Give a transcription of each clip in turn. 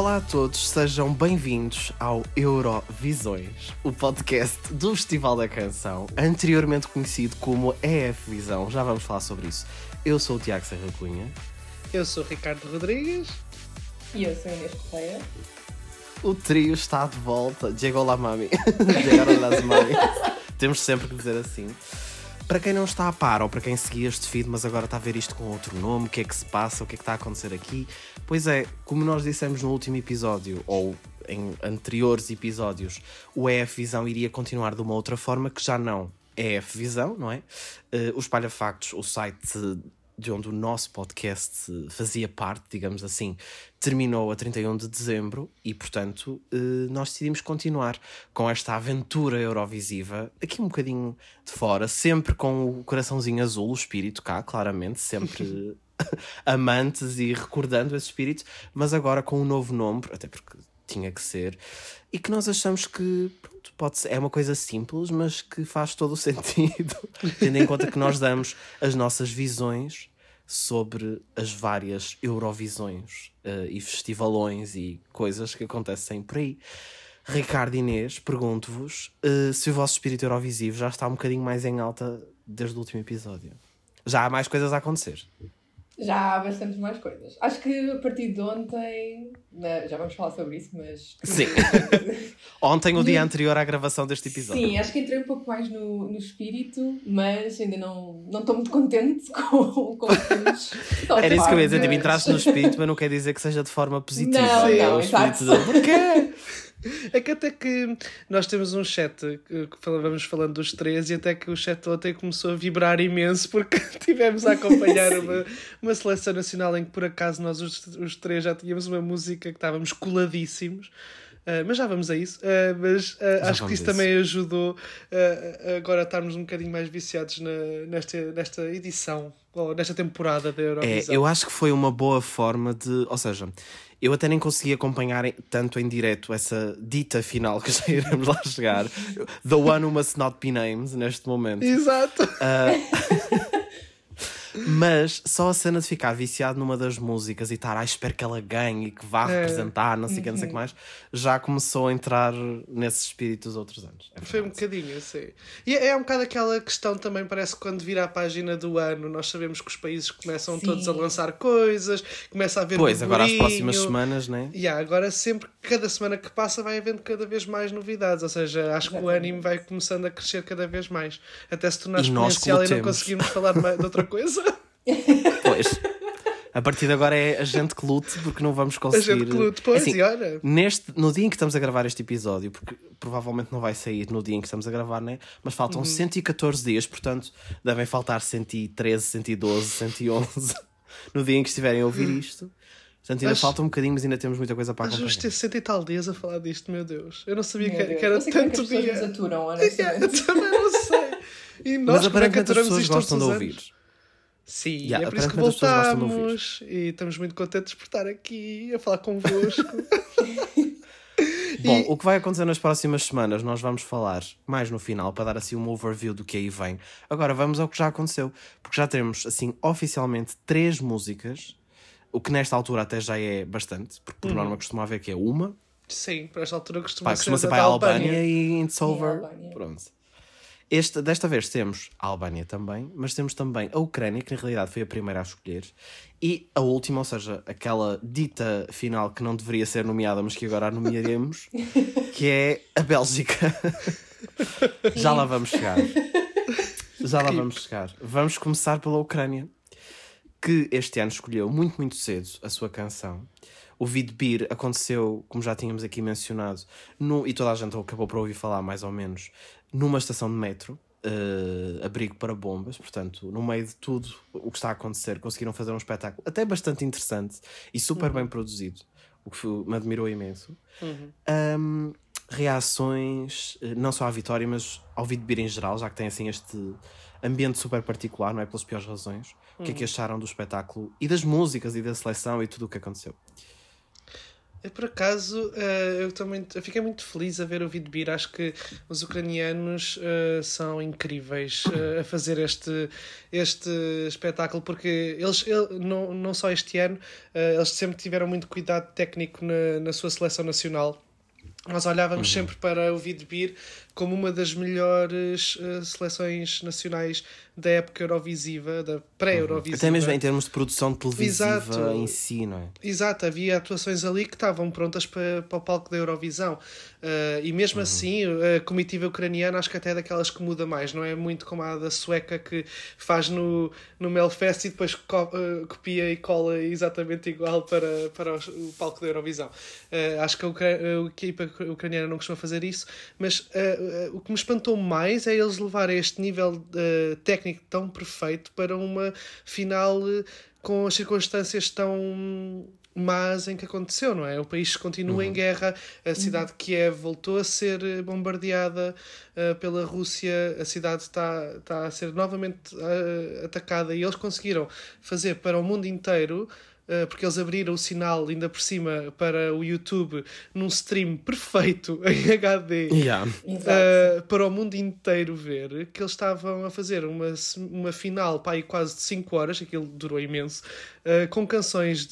Olá a todos, sejam bem-vindos ao Eurovisões, o podcast do Festival da Canção, anteriormente conhecido como EF Visão. Já vamos falar sobre isso. Eu sou o Tiago Serra Cunha. Eu sou o Ricardo Rodrigues. E eu sou a Inês Correia. O trio está de volta. Llegou la mami. Chegaram las mami. Temos sempre que dizer assim. Para quem não está a par, ou para quem seguia este feed, mas agora está a ver isto com outro nome, o que é que se passa, o que é que está a acontecer aqui? Pois é, como nós dissemos no último episódio, ou em anteriores episódios, o EF Visão iria continuar de uma outra forma, que já não é EF Visão, não é? O Espalha Factos, o site de onde o nosso podcast fazia parte, digamos assim, terminou a 31 de dezembro e, portanto, nós decidimos continuar com esta aventura eurovisiva, aqui um bocadinho de fora, sempre com o coraçãozinho azul, o espírito cá, claramente, sempre amantes e recordando esse espírito, mas agora com um novo nome, até porque tinha que ser, e que nós achamos que pronto, é uma coisa simples, mas que faz todo o sentido, tendo em conta que nós damos as nossas visões sobre as várias Eurovisões e festivalões e coisas que acontecem por aí. Ricardo e Inês, pergunto-vos se o vosso espírito eurovisivo já está um bocadinho mais em alta desde o último episódio. Já há mais coisas a acontecer? Já há bastantes mais coisas. Acho que a partir de ontem, já vamos falar sobre isso, mas... Sim. Ontem, o dia anterior à gravação deste episódio. Sim, acho que entrei um pouco mais no espírito, mas ainda não estou muito contente com o que temos. Era isso que eu ia dizer, entraste no espírito, mas não quer dizer que seja de forma positiva. Não, o espírito de... Porquê? É que até que nós temos um chat que vamos falando dos três e até que o chat ontem começou a vibrar imenso porque tivemos a acompanhar uma seleção nacional em que por acaso nós os três já tínhamos uma música que estávamos coladíssimos. Mas já vamos a isso. Acho que isso também ajudou agora a estarmos um bocadinho mais viciados nesta edição, ou nesta temporada da Eurovisão. Eu acho que foi uma boa forma de... Ou seja, eu até nem consegui acompanhar tanto em direto essa dita final, que já iremos lá chegar. The one who must not be named, neste momento. Exato! Mas só a cena de ficar viciado numa das músicas e estar espero que ela ganhe e que vá representar, não sei o que, não sei o que mais, já começou a entrar nesse espírito dos outros anos. Foi um bocadinho, assim. E é um bocado aquela questão também, parece que quando vira a página do ano, nós sabemos que os países começam todos a lançar coisas, começa a haver Pois, agora as próximas semanas, né? Agora sempre, cada semana que passa vai havendo cada vez mais novidades, ou seja, acho que o ânimo vai começando a crescer cada vez mais, até se tornar exponencial e não conseguimos falar de outra coisa. Pois. A partir de agora é a gente que lute, porque não vamos conseguir... A gente que lute, pois, assim, e olha... No dia em que estamos a gravar este episódio, porque provavelmente não vai sair no dia em que estamos a gravar, né? Mas faltam 114 dias, portanto devem faltar 113, 112, 111 no dia em que estiverem a ouvir isto. Portanto, ainda falta um bocadinho, mas ainda temos muita coisa para acompanhar. Vamos ter 100 e tal dias a falar disto, meu Deus. Eu não sabia que era tanto dia. Como é que as pessoas aturam, honestamente. Eu também não sei. E nós, mas aparentemente as pessoas gostam de ouvir. Sim, é por isso que voltamos e estamos muito contentes por estar aqui a falar convosco. Bom, o que vai acontecer nas próximas semanas nós vamos falar mais no final para dar assim um overview do que aí vem. Agora vamos ao que já aconteceu, porque já temos assim oficialmente 3 músicas, o que nesta altura até já é bastante, porque por norma costuma haver que é uma. Sim, para esta altura costuma ser para a Albânia e It's Over. Pronto. Desta vez temos a Albânia também, mas temos também a Ucrânia, que na realidade foi a primeira a escolher, e a última, ou seja, aquela dita final que não deveria ser nomeada, mas que agora a nomearemos, que é a Bélgica. Já lá vamos chegar. Vamos começar pela Ucrânia, que este ano escolheu muito, muito cedo a sua canção. O Vidbir aconteceu, como já tínhamos aqui mencionado, e toda a gente acabou por ouvir falar mais ou menos, numa estação de metro, abrigo para bombas, portanto, no meio de tudo o que está a acontecer, conseguiram fazer um espetáculo até bastante interessante e super bem produzido, o que me admirou imenso. Reações, não só à vitória, mas ao Vidbir em geral, já que tem assim este ambiente super particular, não é? Pelas piores razões. O que é que acharam do espetáculo e das músicas e da seleção e tudo o que aconteceu? Por acaso, eu fiquei muito feliz a ver o Vidbir. Acho que os ucranianos são incríveis a fazer este espetáculo, porque eles não só este ano, eles sempre tiveram muito cuidado técnico na sua seleção nacional. Nós olhávamos sempre para o Vidbir como uma das melhores seleções nacionais da época Eurovisiva, da pré-Eurovisiva. Até mesmo em termos de produção televisiva Exato. em si, não é? Exato, havia atuações ali que estavam prontas para o palco da Eurovisão. E mesmo assim, a comitiva ucraniana acho que até é daquelas que muda mais, não é muito como a da sueca que faz no Melfest e depois copia e cola exatamente igual para o palco da Eurovisão. Acho que a equipa ucraniana não costuma fazer isso, mas o que me espantou mais é eles levarem este nível técnico tão perfeito para uma final com as circunstâncias tão más em que aconteceu, não é? O país continua em guerra, a cidade de Kiev voltou a ser bombardeada pela Rússia, a cidade está a ser novamente atacada e eles conseguiram fazer para o mundo inteiro, porque eles abriram o sinal ainda por cima para o YouTube num stream perfeito em HD para o mundo inteiro ver, que eles estavam a fazer uma final pá, quase de 5 horas, aquilo durou imenso, com canções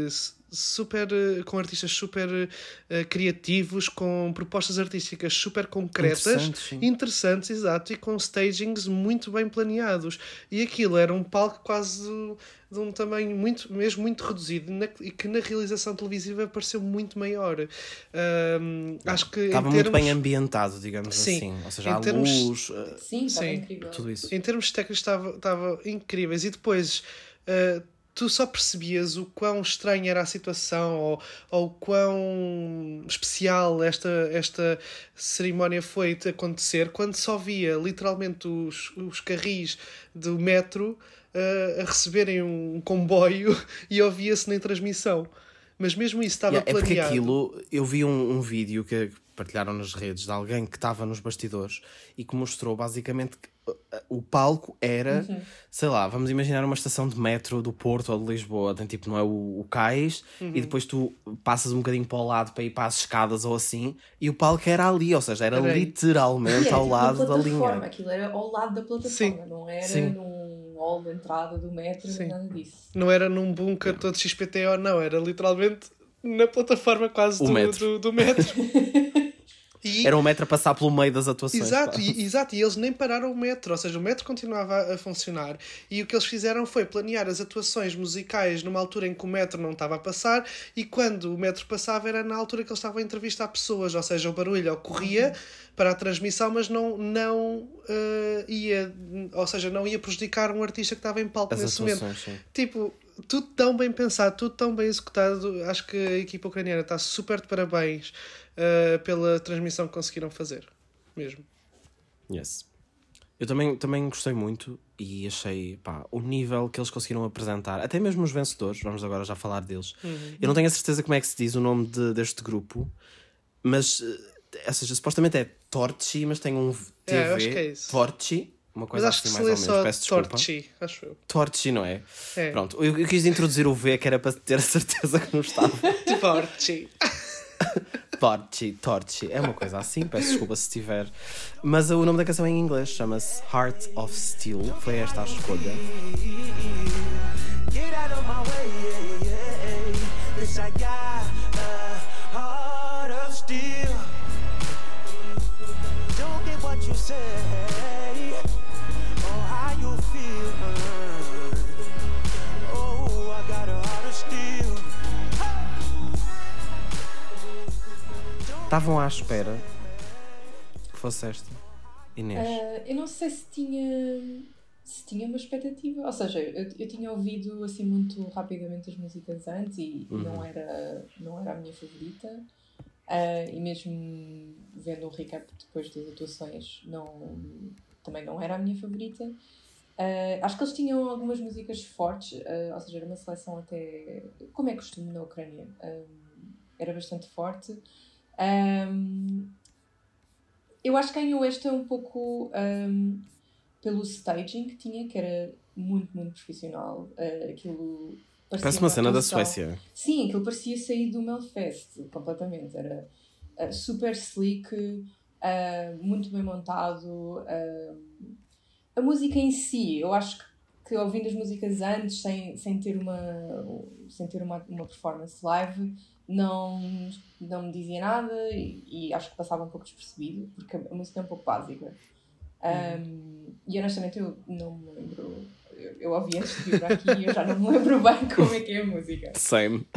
com artistas super criativos, com propostas artísticas super concretas, interessantes, exato, e com stagings muito bem planeados. E aquilo era um palco quase de um tamanho mesmo muito reduzido e que na realização televisiva pareceu muito maior. Acho que estava muito bem ambientado, digamos assim. Ou seja, a luz... Sim, estava incrível. Tudo isso. Em termos técnicos estava incríveis. E depois... tu só percebias o quão estranha era a situação ou quão especial esta cerimónia foi de acontecer quando só via literalmente os carris do metro a receberem um comboio e ouvia-se na transmissão. Mas mesmo isso estava planeado. É porque aquilo... Eu vi um vídeo que partilharam nas redes de alguém que estava nos bastidores e que mostrou basicamente que o palco era, sei lá, vamos imaginar uma estação de metro do Porto ou de Lisboa, tem tipo, não é o cais, e depois tu passas um bocadinho para o lado para ir para as escadas ou assim, e o palco era ali, ou seja, era literalmente ao lado da linha. Aquilo era ao lado da plataforma, não era num hall de entrada do metro, nem nada disso. Não era num bunker todo XPTO, não, era literalmente na plataforma quase do metro. Era um metro a passar pelo meio das atuações. Exato, e eles nem pararam o metro, ou seja, o metro continuava a funcionar e o que eles fizeram foi planear as atuações musicais numa altura em que o metro não estava a passar e quando o metro passava era na altura que eles estavam a entrevistar pessoas, ou seja, o barulho ocorria para a transmissão, mas não ia, ou seja, não ia prejudicar um artista que estava em palco nesse momento. Sim. Tipo, tudo tão bem pensado, tudo tão bem executado. Acho que a equipa ucraniana está super de parabéns pela transmissão que conseguiram fazer, mesmo. Yes. Eu também gostei muito e achei, o nível que eles conseguiram apresentar, até mesmo os vencedores, vamos agora já falar deles. Eu não tenho a certeza como é que se diz o nome deste grupo, mas, ou seja, supostamente é Torchi, mas tem um TV, acho que é isso. Torchi, uma coisa assim mais ou menos, peço desculpa. Torchi, acho eu. Torchi, não é? Pronto, eu quis introduzir o V, que era para ter a certeza que não estava. Torchi. Torchi, é uma coisa assim, peço desculpa se estiver. Mas o nome da canção é em inglês, chama-se Heart of Steel, foi esta a escolha. Estavam à espera que fosse esta, Inês? Eu não sei se tinha uma expectativa, ou seja, eu tinha ouvido assim muito rapidamente as músicas antes e não era a minha favorita, e mesmo vendo o recap depois das atuações também não era a minha favorita. Acho que eles tinham algumas músicas fortes, ou seja, era uma seleção até, como é costume na Ucrânia, era bastante forte. Eu acho que ganhou esta um pouco pelo staging que tinha, que era muito, muito profissional. Aquilo Parece uma cena da Suécia. Sim, aquilo parecia sair do Melfest, completamente. Era super slick, muito bem montado. A música em si, eu acho que ouvindo as músicas antes, sem ter uma performance live, não me dizia nada e acho que passava um pouco despercebido, porque a música é um pouco básica. E honestamente eu não me lembro. Eu ouvi antes de vir para aqui e eu já não me lembro bem como é que é a música. Same.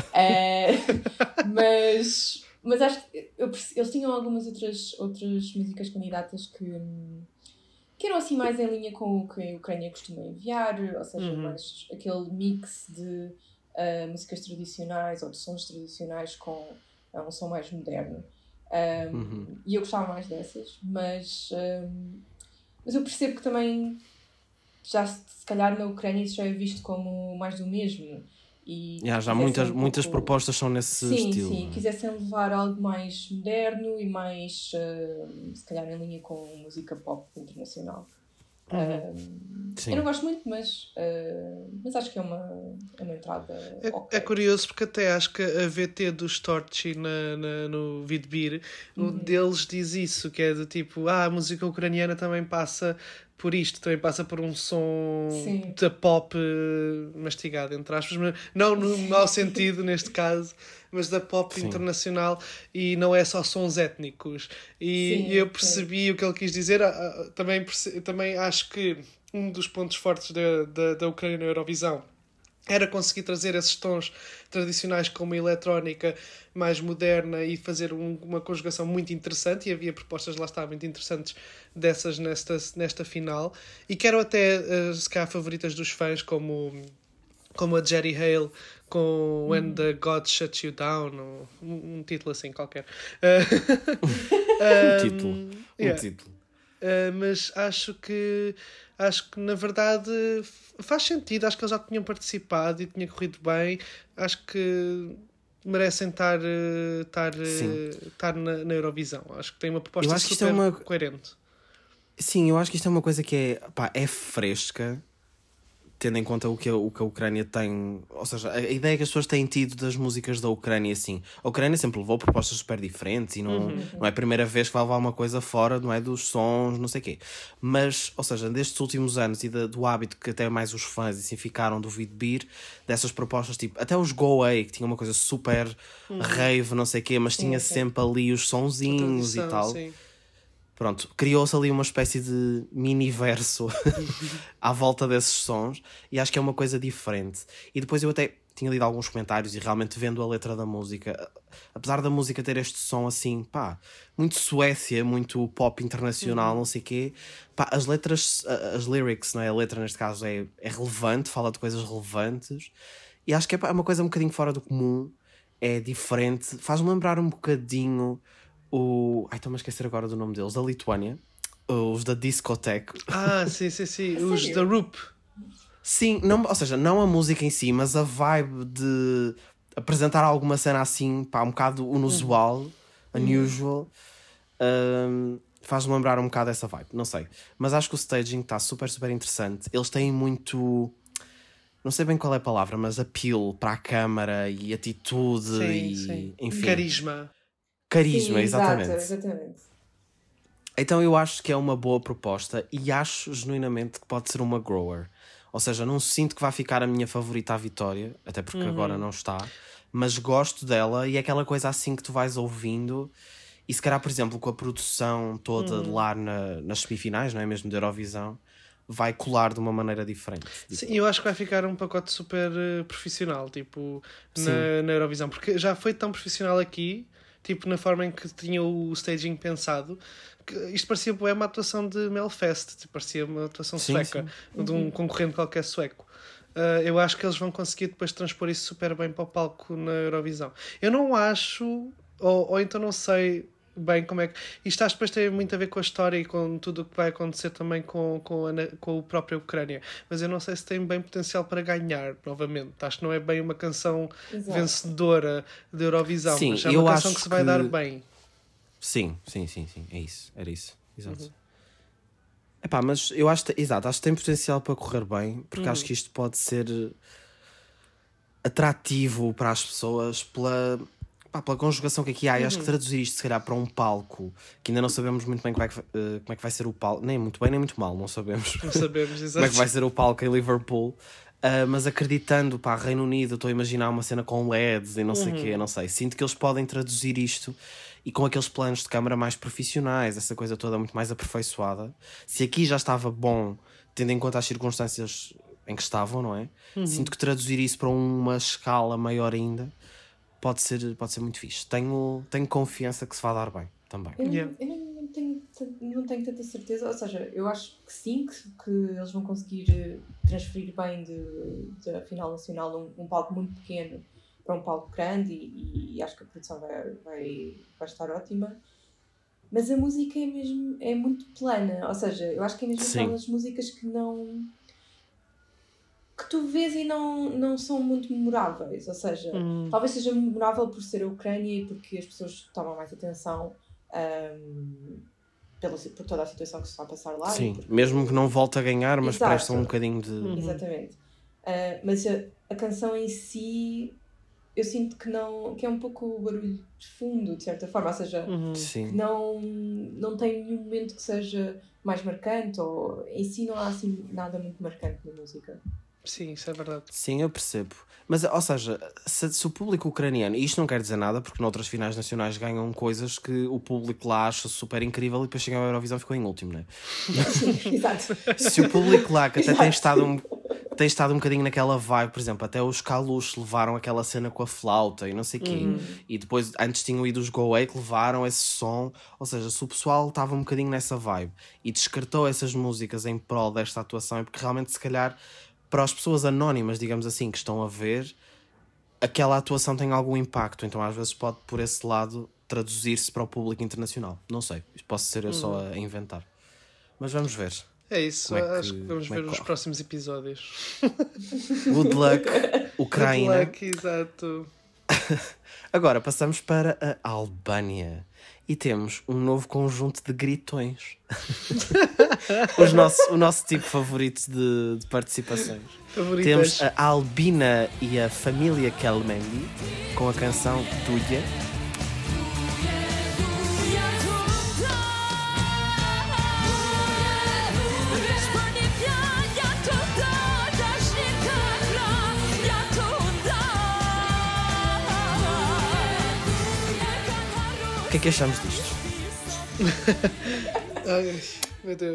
Mas acho que eles tinham algumas outras músicas candidatas que eram assim mais em linha com o que a Ucrânia costuma enviar, ou seja, mais aquele mix de músicas tradicionais ou de sons tradicionais com um som mais moderno. E eu gostava mais dessas, mas eu percebo que também já se calhar na Ucrânia isso já é visto como mais do mesmo. E já muitas propostas são nesse estilo. Sim, quisessem levar algo mais moderno e mais, se calhar, em linha com música pop internacional. Eu não gosto muito, mas acho que é uma entrada okay. É curioso porque até acho que a VT do Storchi no Vidbir, um deles diz isso, que é do tipo, a música ucraniana também passa por isto, também passa por um som da pop mastigado, entre aspas, mas não no mau sentido neste caso, mas da pop internacional, e não é só sons étnicos. E eu percebi o que ele quis dizer. Também acho que um dos pontos fortes da Ucrânia na Eurovisão era conseguir trazer esses tons tradicionais com uma eletrónica mais moderna e fazer uma conjugação muito interessante, e havia propostas lá está muito interessantes dessas nesta final, e quero até se calhar favoritas dos fãs como a Jerry Hale com When the God Shuts You Down, um título assim qualquer. Um título. Mas acho que na verdade faz sentido. Acho que eles já tinham participado e tinha corrido bem. Acho que merecem estar na Eurovisão. Acho que tem uma proposta super coerente. Sim, eu acho que isto é uma coisa que é fresca, tendo em conta o que a Ucrânia tem, ou seja, a ideia que as pessoas têm tido das músicas da Ucrânia, assim. A Ucrânia sempre levou propostas super diferentes e não é a primeira vez que vai levar uma coisa fora, não é, dos sons, não sei o quê. Mas, ou seja, destes últimos anos e do hábito que até mais os fãs assim ficaram do Vidbir, dessas propostas, tipo, até os Go Away, que tinha uma coisa super rave, não sei o quê, mas tinha sempre ali os sonzinhos e tal. Sim. Pronto, criou-se ali uma espécie de mini-verso à volta desses sons, e acho que é uma coisa diferente. E depois eu até tinha lido alguns comentários e realmente vendo a letra da música, apesar da música ter este som assim, muito Suécia, muito pop internacional, não sei o quê, as letras, as lyrics, não é? A letra neste caso é relevante, fala de coisas relevantes, e acho que é uma coisa um bocadinho fora do comum, é diferente, faz-me lembrar um bocadinho estou-me a esquecer agora do nome deles, da Lituânia, os da Discotheque. Sim. Os da Roop. Sim, ou seja, não a música em si, mas a vibe de apresentar alguma cena assim, um bocado unusual, unusual, faz-me lembrar um bocado essa vibe, não sei. Mas acho que o staging está super, super interessante. Eles têm muito, não sei bem qual é a palavra, mas appeal para a câmara e atitude sim. Enfim. Carisma, sim, exatamente. Exatamente. Então eu acho que é uma boa proposta e acho genuinamente que pode ser uma grower. Ou seja, não sinto que vai ficar a minha favorita à Vitória, até porque agora não está, mas gosto dela, e é aquela coisa assim que tu vais ouvindo, e se calhar, por exemplo, com a produção toda lá nas semifinais, não é mesmo, da Eurovisão, vai colar de uma maneira diferente. Sim, eu acho que vai ficar um pacote super profissional, tipo, na Eurovisão, porque já foi tão profissional aqui, tipo, na forma em que tinha o staging pensado, que isto parecia uma atuação de Melfest, tipo, parecia uma atuação sueca, de um concorrente qualquer sueco. Eu acho que eles vão conseguir depois transpor isso super bem para o palco na Eurovisão. Eu não acho, ou então não sei bem como é que... Isto acho que depois tem muito a ver com a história e com tudo o que vai acontecer também com a própria Ucrânia. Mas eu não sei se tem bem potencial para ganhar novamente. Acho que não é bem uma canção vencedora de Eurovisão, sim, mas é uma canção que se vai dar bem. Sim. É isso. Era isso. Exato. Mas eu acho que tem potencial para correr bem, porque acho que isto pode ser atrativo para as pessoas pela conjugação que aqui há. Acho que traduzir isto, se calhar, para um palco, que ainda não sabemos muito bem como é que vai ser o palco, nem muito bem, nem muito mal, não sabemos. Não sabemos, exato. Como é que vai ser o palco em Liverpool. Mas acreditando, Reino Unido, estou a imaginar uma cena com LEDs e não sei o quê, não sei. Sinto que eles podem traduzir isto e com aqueles planos de câmara mais profissionais, essa coisa toda muito mais aperfeiçoada. Se aqui já estava bom, tendo em conta as circunstâncias em que estavam, não é? Sinto que traduzir isso para uma escala maior ainda pode ser muito fixe. Tenho confiança que se vai dar bem também. Eu não tenho tanta certeza, ou seja, eu acho que sim, que eles vão conseguir transferir bem da final nacional um palco muito pequeno para um palco grande e acho que a produção vai estar ótima. Mas a música é muito plana, ou seja, eu acho que é mesmo aquelas músicas que tu vês e não são muito memoráveis, ou seja, talvez seja memorável por ser a Ucrânia e porque as pessoas tomam mais atenção por toda a situação que se está a passar lá. Sim, mesmo que não volte a ganhar, mas prestam um bocadinho de... Exatamente. Mas a canção em si, eu sinto que é um pouco barulho de fundo, de certa forma, ou seja, que não tem nenhum momento que seja mais marcante, ou em si não há assim nada muito marcante na música. Sim, isso é verdade. Sim, eu percebo. Mas, ou seja, se o público ucraniano... E isto não quer dizer nada, porque noutras finais nacionais ganham coisas que o público lá acha super incrível e depois chegam à Eurovisão e ficou em último, não é? Exato. Se o público lá, que até tem estado um bocadinho naquela vibe, por exemplo, até os Kalush levaram aquela cena com a flauta e não sei o quê. E depois, antes tinham ido os Go Away que levaram esse som. Ou seja, se o pessoal estava um bocadinho nessa vibe e descartou essas músicas em prol desta atuação, é porque realmente, se calhar... Para as pessoas anónimas, digamos assim, que estão a ver, aquela atuação tem algum impacto. Então, às vezes, pode, por esse lado, traduzir-se para o público internacional. Não sei. Isto posso ser eu só a inventar. Mas vamos ver. É isso. Acho que vamos ver os próximos episódios. Good luck, Ucrânia. Good luck, exato. Agora, passamos para a Albânia. E temos um novo conjunto de gritões. O nosso tipo favorito de participações. Favoritas. Temos a Albina e a família Kelmendi com a canção Tuya. O que é que achamos disto? Ai, meu Deus.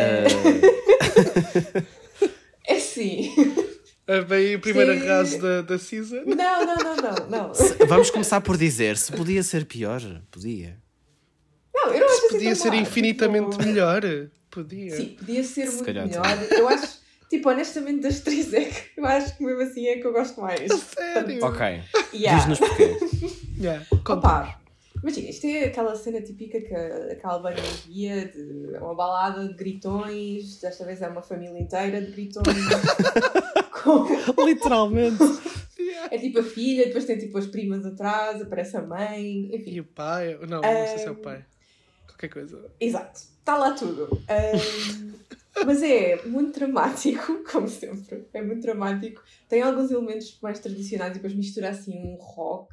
É sim. Bem, o primeiro arraso da season. Não. Vamos começar por dizer, se podia ser pior, podia. Não, eu não acho assim podia tão ser mal. infinitamente melhor. Podia. Sim, podia ser Se muito calhar melhor. Eu acho, honestamente, das três eu acho que mesmo assim é que eu gosto mais. Sério? Ok. Yeah. Diz-nos porquê. Opa, imagina, isto é aquela cena típica que a Albânia via, de uma balada de gritões, desta vez é uma família inteira de gritões. Literalmente. É tipo a filha, depois tem tipo as primas atrás, aparece a mãe, enfim. E o pai? Não sei se é o pai. Qualquer coisa. Exato, está lá tudo. Mas é muito dramático, como sempre. É muito dramático. Tem alguns elementos mais tradicionais e depois mistura assim um rock.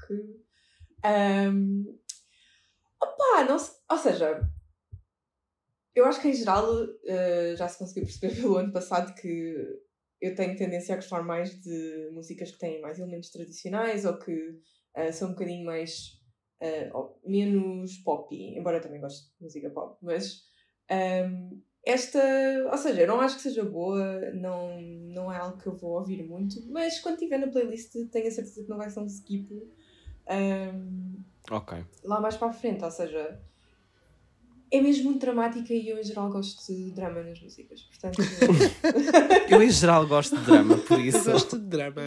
Ou seja, eu acho que em geral já se conseguiu perceber pelo ano passado que eu tenho tendência a gostar mais de músicas que têm mais elementos tradicionais ou que são um bocadinho mais menos poppy, embora eu também goste de música pop, mas ou seja, eu não acho que seja boa, não é algo que eu vou ouvir muito, mas quando estiver na playlist tenho a certeza que não vai ser um skip Ok. lá mais para a frente, ou seja, é mesmo muito dramática e eu em geral gosto de drama nas músicas, portanto... Eu em geral gosto de drama, por isso... Eu gosto de drama.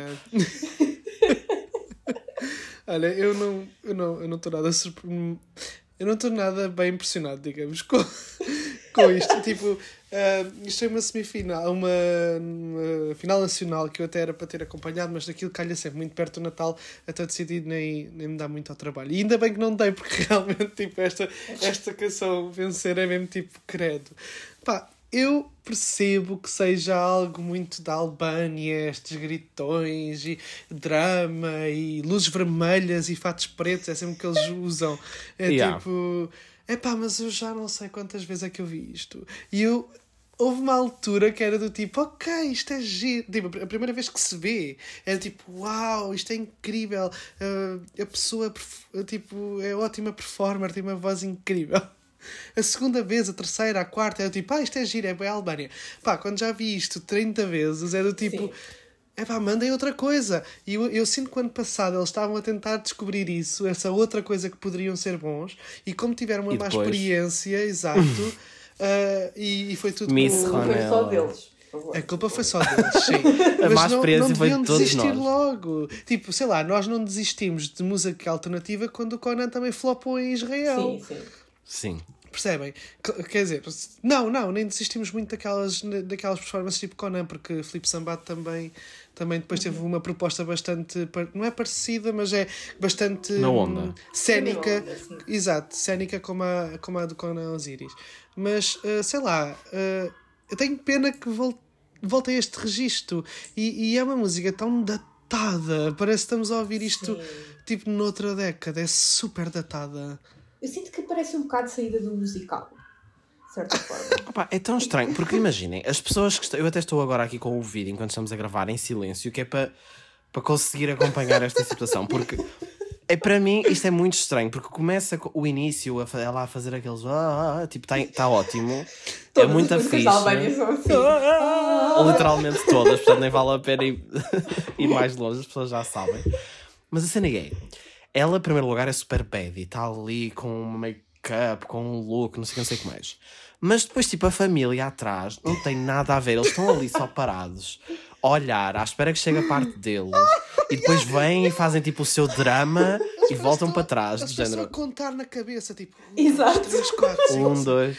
Olha, eu não estou nada eu não estou nada bem impressionado, digamos, com isto. Tipo, isto é uma semifinal, uma final nacional que eu até era para ter acompanhado, mas daquilo calha sempre muito perto do Natal, até decidi nem me dar muito ao trabalho. E ainda bem que não dei, porque realmente tipo, esta canção vencer é mesmo tipo credo. Pá, eu percebo que seja algo muito da Albânia, estes gritões e drama e luzes vermelhas e fatos pretos, é sempre o que eles usam. É tipo... Epá, mas eu já não sei quantas vezes é que eu vi isto. E houve uma altura que era do tipo, ok, isto é giro. Tipo, a primeira vez que se vê é tipo, uau, isto é incrível. A pessoa tipo, é ótima performer, tem uma voz incrível. A segunda vez, a terceira, a quarta, é do tipo, isto é giro, é bem a Albânia. Pá, quando já vi isto 30 vezes, é do tipo... Sim. Mandem outra coisa. E eu sinto que o ano passado eles estavam a tentar descobrir isso, essa outra coisa que poderiam ser bons, e como tiveram uma má experiência, exato, e foi tudo... Miss Ronella. Foi só deles. A culpa foi só deles, sim. A má experiência foi de todos desistir nós. Logo. Tipo, sei lá, nós não desistimos de música alternativa quando o Conan também flopou em Israel. Sim. Percebem? Quer dizer, não, nem desistimos muito daquelas performances tipo Conan, porque Filipe Sambato também depois teve uma proposta bastante, não é parecida, mas é bastante na onda. Cénica. Exato, cénica como a do Conan Osiris. Mas, sei lá, eu tenho pena que volte a este registro. E é uma música tão datada. Parece que estamos a ouvir isto tipo noutra década. É super datada. Eu sinto que parece um bocado saída do musical, de certa forma. Opa, é tão estranho, porque imaginem, as pessoas que eu até estou agora aqui com o vídeo enquanto estamos a gravar em silêncio, que é para conseguir acompanhar esta situação, porque para mim isto é muito estranho, porque começa o início ela a fazer aqueles tipo, está ótimo, todas é muito fixe. Literalmente todas, portanto nem vale a pena ir mais longe, as pessoas já sabem. Mas a cena é, ela, em primeiro lugar, é super bad e está ali com uma make-up, com um look, não sei o que mais. Mas depois, tipo, a família atrás não tem nada a ver. Eles estão ali só parados, a olhar, à espera que chegue a parte deles. E depois vêm e fazem, tipo, o seu drama e voltam para trás. Eles do género. a contar na cabeça, tipo... Exato. 3, 4, 5, 1, 2...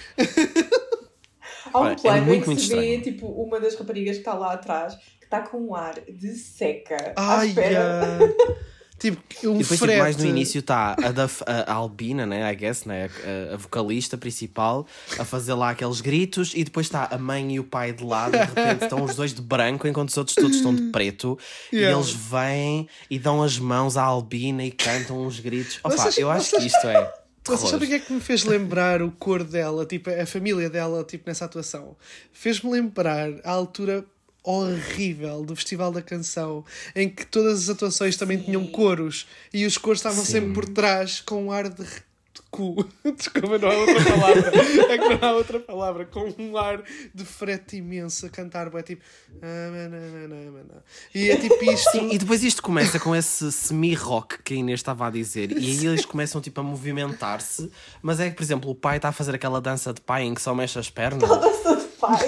Há um plano em que se vê, tipo, uma das raparigas que está lá atrás, que está com um ar de seca. À espera... Tipo, e depois, tipo, mais no início está a Albina, né, I guess, né, a vocalista principal, a fazer lá aqueles gritos, e depois está a mãe e o pai de lado, e de repente estão os dois de branco, enquanto os outros todos estão de preto, e eles vêm e dão as mãos à Albina e cantam uns gritos. Opa, eu acho que isto é... Vocês sabem o que é que me fez lembrar o cor dela, tipo, a família dela, tipo, nessa atuação? Fez-me lembrar a altura horrível do Festival da Canção, em que todas as atuações também tinham coros e os coros estavam sempre por trás com um ar de cu. Desculpa, não há outra palavra. É que não há outra palavra. Com um ar de frete imenso a cantar, é tipo... E é tipo isto... Sim, e depois isto começa com esse semi-rock que a Inês estava a dizer, e aí eles começam tipo a movimentar-se, mas é que, por exemplo, o pai está a fazer aquela dança de pai em que só mexe as pernas. Aquela dança de pai.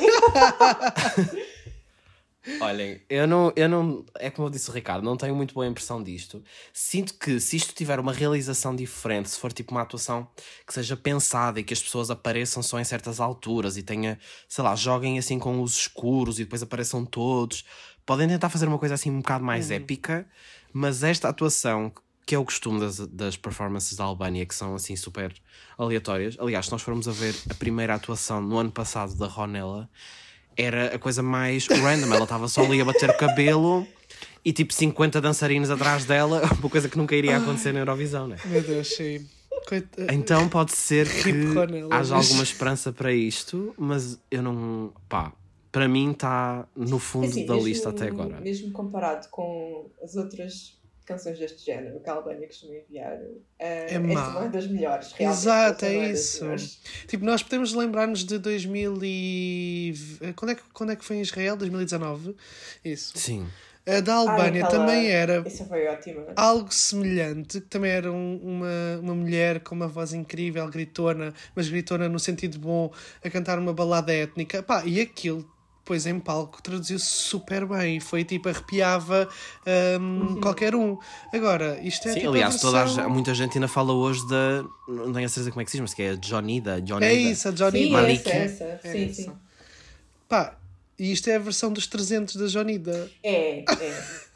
Olhem, eu não, é como eu disse o Ricardo, não tenho muito boa impressão disto. Sinto que se isto tiver uma realização diferente, se for tipo uma atuação que seja pensada e que as pessoas apareçam só em certas alturas e tenha, sei lá, joguem assim com os escuros e depois apareçam todos, podem tentar fazer uma coisa assim um bocado mais épica, mas esta atuação, que é o costume das performances da Albânia, que são assim super aleatórias. Aliás, se nós formos a ver a primeira atuação no ano passado da Ronella, era a coisa mais random. Ela estava só ali a bater o cabelo e tipo 50 dançarinos atrás dela, uma coisa que nunca iria acontecer na Eurovisão, né? Meu Deus, sim. Então pode ser que haja alguma esperança para isto, mas eu não... Pá, para mim está no fundo assim, da lista até agora. Mesmo comparado com as outras canções deste género que a Albânia costuma enviar, esta é uma das melhores, realmente. Exato, é isso. Tipo, nós podemos lembrar-nos de 2000 e... Quando é que foi em Israel? 2019? Isso. Sim. A da Albânia também era... Essa foi ótima. Algo semelhante, que também era uma mulher com uma voz incrível, gritona, mas gritona no sentido bom, a cantar uma balada étnica. Pá, e aquilo... Pois em palco traduziu-se super bem. Foi tipo, arrepiava qualquer um. Agora, isto é sim, tipo. Aliás, muita gente ainda fala hoje da. Não tenho a certeza como é que se diz, mas que é a Johnida. É isso, a Johnida. Sim, Maliki. Sim. Pá, e isto é a versão dos 300 da Johnida. É.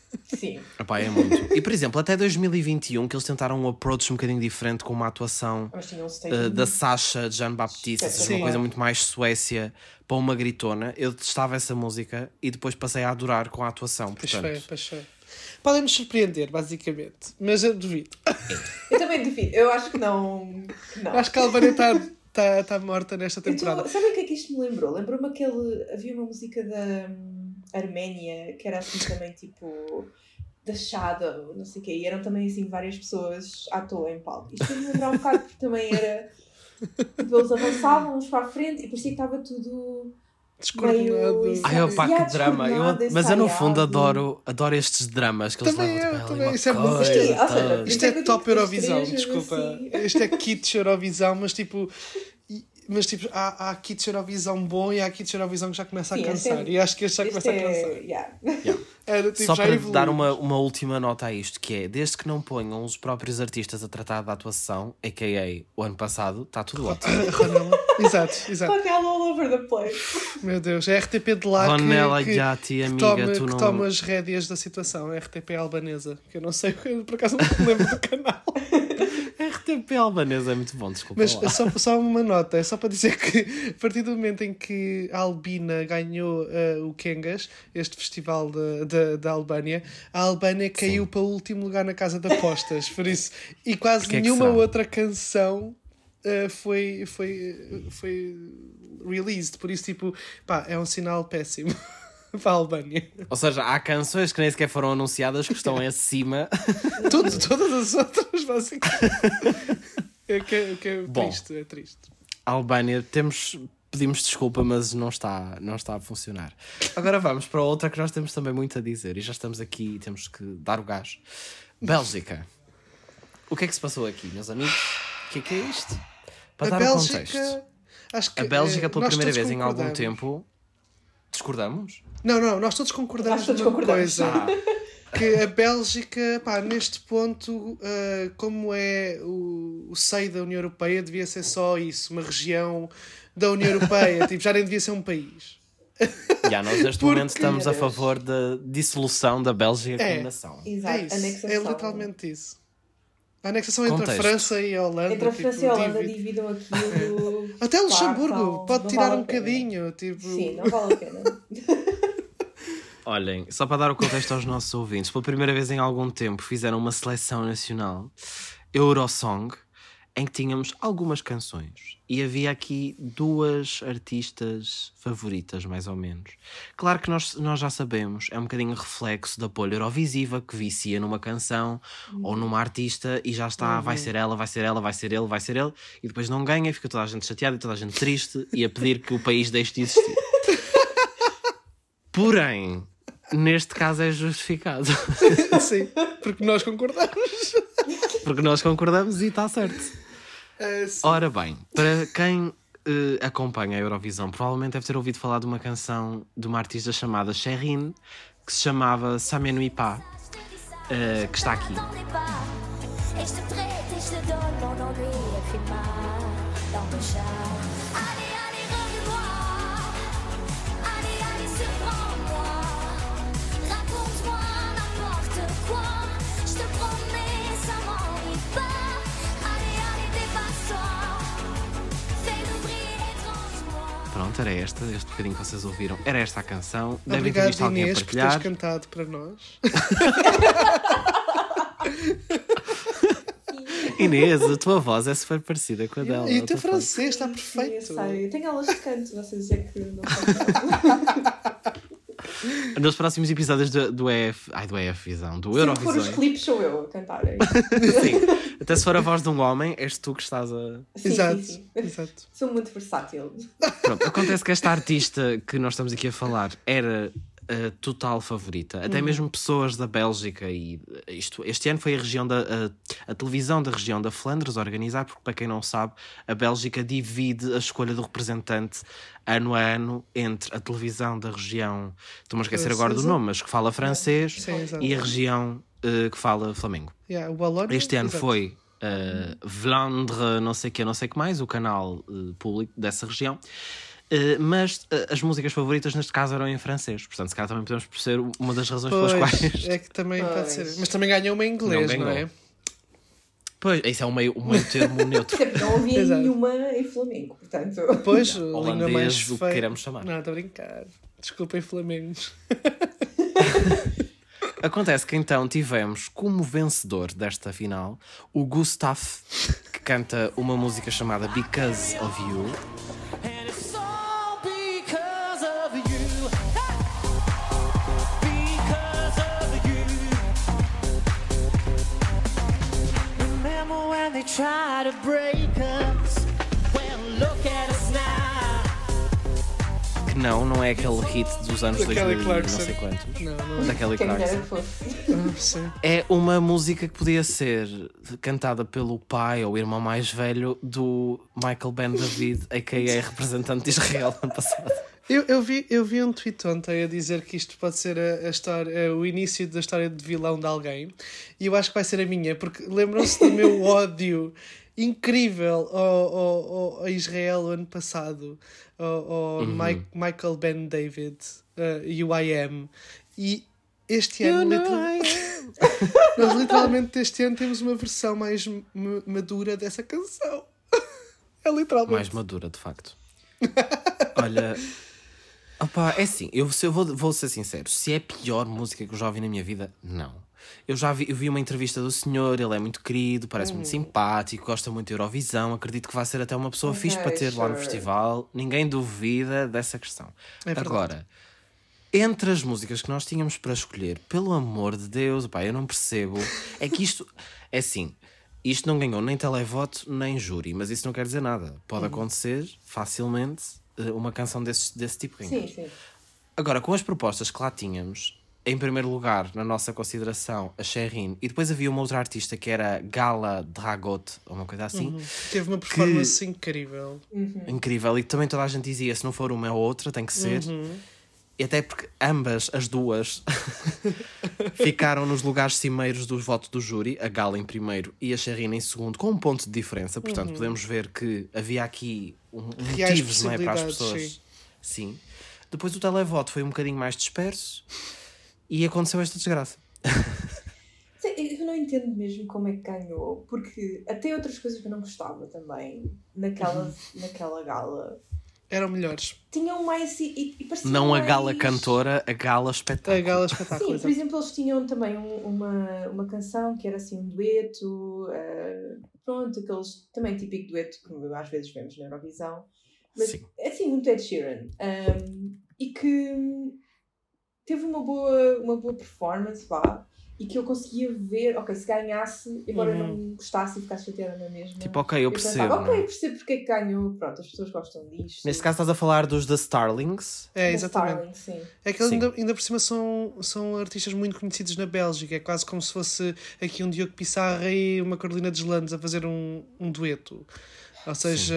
Sim. Epá, é muito. E, por exemplo, até 2021, que eles tentaram um approach um bocadinho diferente com uma atuação Mas tinha um staging. da Sasha Jean-Baptiste, ou seja, uma Sim. coisa muito mais Suécia, para uma gritona. Eu detestava essa música e depois passei a adorar com a atuação. Pois Portanto, foi. Podem nos surpreender, basicamente. Mas eu duvido. Eu também duvido. Eu acho que não. Eu acho que a Albânia está morta nesta temporada. Sabem o que é que isto me lembrou? Lembrou-me havia uma música da Arménia que era assim também tipo da Shadow, não sei o quê, e eram também assim várias pessoas à toa em palco. Isto me lembrar um bocado que também era tipo, eles avançavam uns para a frente e parecia que estava tudo Descoordenado. meio... ai, opa, que drama. Mas eu no fundo ensaiado. adoro estes dramas que eles Também levam eu, tipo, também. ali Isso é uma muito- coisa, Sim, ou seja, toda. Isto é Eu digo top que os Eurovisão, três, desculpa. assim. Isto é kits Eurovisão, mas tipo. Há kits Eurovisão bom e há kits Eurovisão que já começa Sim, a cansar. E acho que este já começa a cansar. Yeah. Era, tipo, Só já para evoluímos. dar uma última nota a isto, que é, desde que não ponham os próprios artistas a tratar da atuação, a.k.a. o ano passado, está tudo ótimo. Ronela. Exato. Ronaldo all over the place. Meu Deus, é RTP de lá Ronela que Gatti, amiga, tu que não... toma as rédeas da situação. É RTP albanesa, que eu não sei, por acaso não me lembro do canal. RTP albanesa é muito bom, desculpa Mas lá. só uma nota, é só para dizer que a partir do momento em que a Albina ganhou o Kengas, este festival da Albânia, a Albânia caiu para o último lugar na casa de apostas, por isso, e quase Porque é que nenhuma será? outra canção foi released, por isso tipo, pá, é um sinal péssimo para a Albânia. Ou seja, há canções que nem sequer foram anunciadas que estão acima. Todas as outras, basicamente. É Bom. triste, é triste. A Albânia, pedimos desculpa, mas não está a funcionar. Agora vamos para outra que nós temos também muito a dizer e já estamos aqui e temos que dar o gás. Bélgica. O que é que se passou aqui, meus amigos? O que é isto? Para dar o contexto. Acho que A Bélgica, pela nós primeira todos vez em algum concordamos. tempo... Discordamos? Não, nós todos concordamos Nós todos numa concordamos. coisa. Que a Bélgica, pá, neste ponto, como é o seio da União Europeia, devia ser só isso, uma região da União Europeia, tipo, já nem devia ser um país. Nós neste Porque- momento estamos a favor da dissolução da Bélgica como nação. Exato, É isso, anexação. é literalmente isso. A anexação entre Contexto. a França e a Holanda. Entre a tipo, França e a Holanda divide. dividam aquilo. Até Luxemburgo, partam, pode não tirar vale um a pena. bocadinho. Tipo... Sim, não vale a pena. Olhem, só para dar o contexto aos nossos ouvintes, pela primeira vez em algum tempo fizeram uma seleção nacional, Eurosong, em que tínhamos algumas canções. E havia aqui duas artistas favoritas, mais ou menos. Claro que nós já sabemos, é um bocadinho reflexo da bolha Eurovisiva, que vicia numa canção ou numa artista e já está, vai ser ela, vai ser ela, vai ser ele, vai ser ele, e depois não ganha e fica toda a gente chateada e toda a gente triste e a pedir que o país deixe de existir. Porém, neste caso é justificado. Sim, porque nós concordamos. Porque nós concordamos e está certo. Sim. Ora bem, para quem acompanha a Eurovisão, provavelmente deve ter ouvido falar de uma canção de uma artista chamada Cherine, que se chamava Ça m'ennuie pas, que está aqui. Et je te prête et je te donne mon ennui et puis mal dans ton char. Allez, allez, reviens-moi. Allez, allez, surprends-moi. Raconte-moi n'importe quoi. Je te promets, ça m'ennuie pas. Allez, allez, dépasse-toi. Fais-nous briller étrangement. Pronto, era este bocadinho que vocês ouviram. Era esta a canção. Devem ter Obrigado, visto alguém a Inês, por teres partilhar. cantado para nós. Inês, a tua voz é super parecida com a dela. E a o teu tua voz. francês está Sim, perfeito. eu sei. Eu tenho aulas de canto, vocês é que não sabem. Nos próximos episódios do EF... Ai, do EF Visão, do Se for os Eurovisão. clipes, sou eu a cantar. É Sim. Até se for a voz de um homem, és tu que estás a... sim, Exato, sim, sim. exato. Sou muito versátil. Pronto, acontece que esta artista que nós estamos aqui a falar era a total favorita. Até mesmo pessoas da Bélgica e este ano foi a televisão da região da Flandres a organizar, porque para quem não sabe, a Bélgica divide a escolha do representante ano a ano entre a televisão da região, estou-me a esquecer agora do Francesa. nome, mas que fala francês, Sim, exato. e a região que fala flamengo. Yeah, o Wallonia, Este ano exato. foi Vlaandre, não sei o que mais, o canal público dessa região. Mas as músicas favoritas neste caso eram em francês. Portanto, se calhar também podemos ser uma das razões pelas quais... É que também pode ser. Mas também ganhou uma em inglês, não é? Pois, isso é um meio termo neutro. Não havia nenhuma em flamengo, portanto... Pois, não, a língua mais o que queremos chamar. Não, estou a brincar. Desculpem, flamengos. Acontece que então tivemos como vencedor desta final o Gustav, que canta uma música chamada Because of You. Try to break us. Well, look at us now. Que não é aquele hit dos anos 2000 e não sei quantos. Não. Da Kelly Quem dera que Clarkson. fosse. É uma música que podia ser cantada pelo pai ou irmão mais velho do Michael Ben David, a.k.a. representante de Israel ano passado. Eu vi um tweet ontem a dizer que isto pode ser a história, o início da história de vilão de alguém, e eu acho que vai ser a minha, porque lembram-se do meu ódio incrível ao Israel ano passado, ao Michael Ben David e o I Am, e este ano nós literalmente este ano temos uma versão mais madura dessa canção. É literalmente Mais madura, de facto. Olha... Opa, é assim, eu vou ser sincero, se é a pior música que eu já ouvi na minha vida, não. Eu vi uma entrevista do senhor, ele é muito querido, parece muito simpático, gosta muito de Eurovisão, acredito que vai ser até uma pessoa fixe para ter lá no festival, ninguém duvida dessa questão. Agora, entre as músicas que nós tínhamos para escolher, pelo amor de Deus, opa, eu não percebo, é que isto, é assim... Isto não ganhou nem televoto nem júri, mas isso não quer dizer nada. Pode acontecer facilmente uma canção desse tipo que ganhar. Sim. Agora, com as propostas que lá tínhamos, em primeiro lugar, na nossa consideração, a Sherin, e depois havia uma outra artista que era Gala Dragot, ou uma coisa assim. Teve uma performance incrível. Incrível, e também toda a gente dizia, se não for uma ou outra, tem que ser. E até porque ambas, as duas, ficaram nos lugares cimeiros dos votos do júri, a Gala em primeiro e a Sherin em segundo, com um ponto de diferença. Portanto, podemos ver que havia aqui motivos, não é, para as pessoas. Sim. Depois o televoto foi um bocadinho mais disperso e aconteceu esta desgraça. Eu não entendo mesmo como é que ganhou, porque até outras coisas que eu não gostava também, naquela gala... Eram melhores. Tinham mais... E não mais... a gala cantora, a gala espetáculo. A gala espetáculo. Sim, por exemplo, eles tinham também uma canção que era assim um dueto, pronto, aqueles também típico dueto que às vezes vemos na Eurovisão, mas Sim. assim um Ed Sheeran, e que teve uma boa performance, vá, e que eu conseguia ver, ok, se ganhasse, embora eu não gostasse e ficasse chateada na mesma. Tipo, ok, eu percebo. Pensava, ok, eu percebo porque é que ganhou, pronto, as pessoas gostam disto. Neste caso estás a falar dos The Starlings. É, exatamente. Starling, sim. É que ainda por cima são artistas muito conhecidos na Bélgica. É quase como se fosse aqui um Diogo Pissarra e uma Carolina Deslandes a fazer um dueto. Ou seja...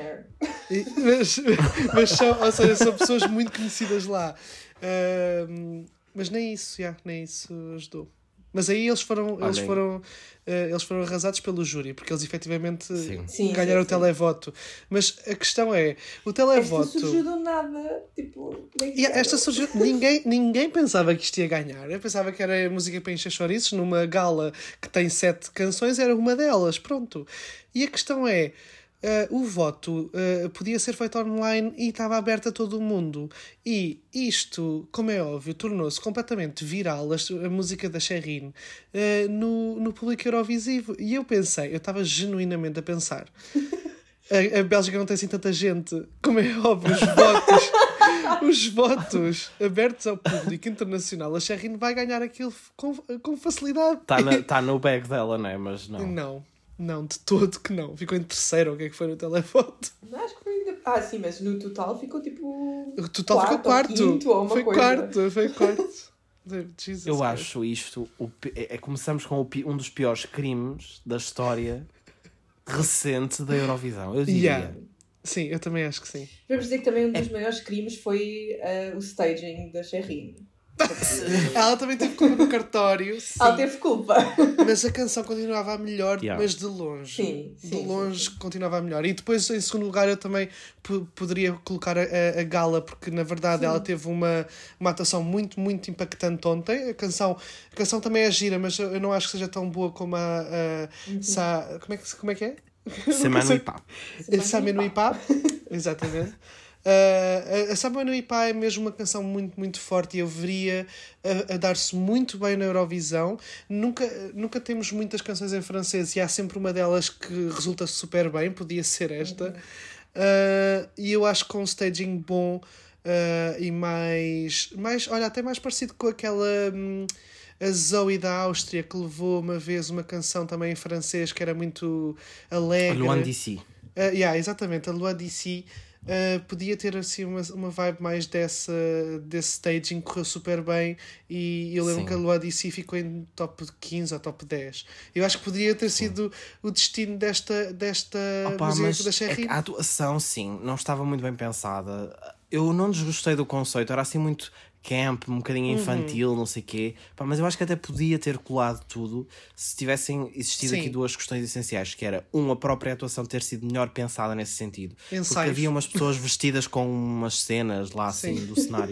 são pessoas muito conhecidas lá. Mas nem isso ajudou. Mas aí eles foram arrasados pelo júri, porque eles efetivamente ganharam o televoto. Mas a questão é, o televoto... Esta surgiu do nada, tipo... Esta surgiu... ninguém pensava que isto ia ganhar. Eu pensava que era música para encher chouriços, numa gala que tem 7 canções, era uma delas, pronto. E a questão é... o voto podia ser feito online e estava aberto a todo o mundo. E isto, como é óbvio, tornou-se completamente viral, a música da Sherin, no público eurovisivo. E eu estava genuinamente a pensar, a Bélgica não tem assim tanta gente, como é óbvio, os votos abertos ao público internacional, a Sherin vai ganhar aquilo com facilidade. Está no bag dela, não é? Mas não. Não, de todo que não. Ficou em terceiro, o que é que foi no televoto? Acho que foi ainda... sim, mas no total ficou tipo... O total ficou quarto. Quinto, ou uma foi coisa. quarto. Jesus Eu acho isto... começamos com um dos piores crimes da história recente da Eurovisão. Eu diria. Yeah. Sim, eu também acho que sim. Vamos dizer que também um dos maiores crimes foi o staging da Sherin. Ela também teve culpa no cartório. Sim. Ela teve culpa. Mas a canção continuava a melhor, Yeah. mas de longe. Sim, de sim, longe continuava a melhor. E depois, em segundo lugar, eu também poderia colocar a Gala, porque na verdade ela teve uma atuação muito, muito impactante ontem. A canção também é gira, mas eu não acho que seja tão boa como como é que é? Semana e pá. Samba no Ipá. Exatamente. A Samba no Ipá é mesmo uma canção muito, muito forte e eu veria a dar-se muito bem na Eurovisão. Nunca temos muitas canções em francês e há sempre uma delas que resulta super bem, podia ser esta. E eu acho que com um staging bom e mais, olha, até mais parecido com aquela... a Zoe da Áustria, que levou uma vez uma canção também em francês que era muito alegre. Luan d'ici. Exatamente, a Loi d'ici. Podia ter assim uma vibe mais desse staging, correu super bem e eu lembro Sim. que a Loi d'ici ficou em top 15 ou top 10. Eu acho que poderia ter sido o destino desta Opa, música mas da Cherry. a atuação, sim, não estava muito bem pensada. Eu não desgostei do conceito, era assim muito camp, um bocadinho infantil, não sei o quê. Pá, mas eu acho que até podia ter colado tudo se tivessem existido Sim. aqui duas questões essenciais, que era, a própria atuação ter sido melhor pensada nesse sentido. Ensaios. Porque havia umas pessoas vestidas com umas cenas lá assim Sim. do cenário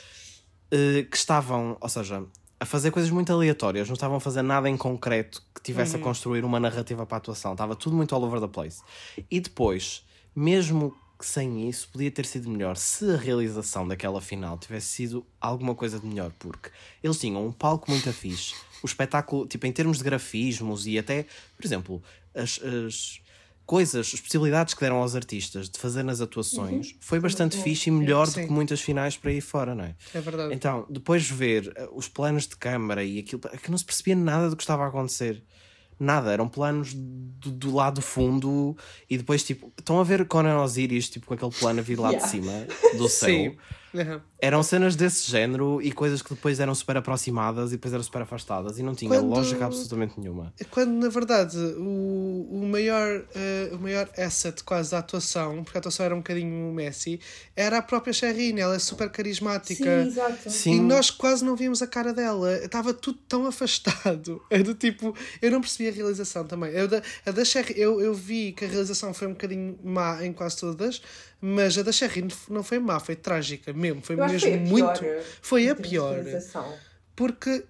que estavam, ou seja, a fazer coisas muito aleatórias, não estavam a fazer nada em concreto que tivesse a construir uma narrativa para a atuação, estava tudo muito all over the place. E depois, mesmo que sem isso, podia ter sido melhor se a realização daquela final tivesse sido alguma coisa de melhor, porque eles tinham um palco muito fixe, o espetáculo, tipo, em termos de grafismos e até, por exemplo, as coisas, as possibilidades que deram aos artistas de fazer nas atuações foi bastante fixe e melhor do Sim. que muitas finais para aí fora, não é? É verdade. Então, depois ver os planos de câmara e aquilo, é que não se percebia nada do que estava a acontecer. Nada, eram planos do lado fundo e depois, tipo, estão a ver Conan Osiris, tipo, com aquele plano a vir lá de cima do céu. Sim. Uhum. Eram cenas desse género e coisas que depois eram super aproximadas e depois eram super afastadas e não tinha Quando- lógica absolutamente nenhuma. Quando na verdade o maior asset quase da atuação, porque a atuação era um bocadinho messy, era a própria Cherine. Ela é super carismática. Sim, exato. Sim. E nós quase não víamos a cara dela. Estava tudo tão afastado. É do tipo... Eu não percebi a realização também. A da Cherry, eu vi que a realização foi um bocadinho má em quase todas, mas a da Cherry não foi má, foi trágica mesmo. Foi Eu acho que mesmo foi a muito... pior. Foi a em termos de pior. realização. Porque...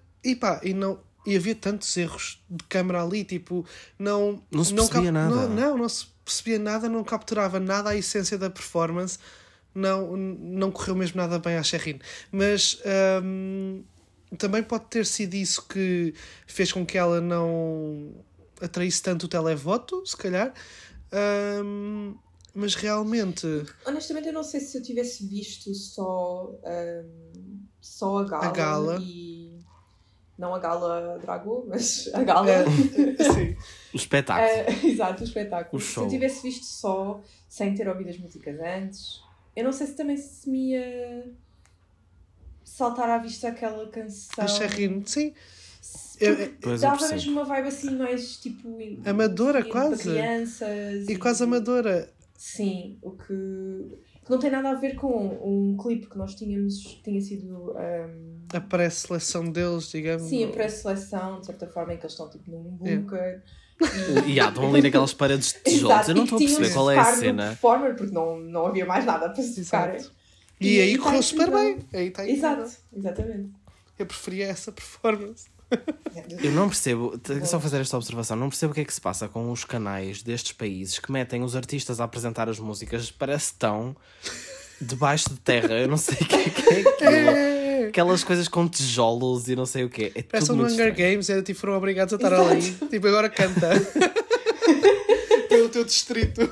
E havia tantos erros de câmara ali, tipo... Não se percebia nada. Não se percebia nada, não capturava nada a essência da performance. Não correu mesmo nada bem à Cherine. Mas... também pode ter sido isso que fez com que ela não atraísse tanto o televoto, se calhar. Mas realmente... Honestamente, eu não sei se eu tivesse visto só a Gala. A Gala. E... Não a Gala Dragô, mas a Gala. Sim. O espetáculo. Exato, o espetáculo. O Se show. eu tivesse visto só, sem ter ouvido as músicas antes, eu não sei se também se me ia saltar à vista aquela canção. A Cherine, sim. Pois eu Dava percebo. mesmo uma vibe assim mais tipo... Amadora, para quase. crianças. E quase amadora. Sim, o que não tem nada a ver com um clipe que nós tinha sido... A pré-seleção deles, digamos. Sim, a pré-seleção, de certa forma, em que eles estão tipo num bunker. E estão ali naquelas paredes de tijolos. Exato, Eu não e estou a que tinham perceber de qual é a focar no cena. performer, porque não havia mais nada para se focar. Exato. E aí tá correu super incrível. bem. Aí está incrível. Exato, exatamente. Eu preferia essa performance. Eu não percebo, só fazer esta observação, não percebo o que é que se passa com os canais destes países que metem os artistas a apresentar as músicas, parece que estão debaixo de terra. Eu não sei o que é aquilo. Aquelas coisas com tijolos e não sei o que é. Parece Tudo um muito Hunger estranho. Games, era tipo, foram obrigados a estar ali. Tipo, agora canta. Pelo teu distrito.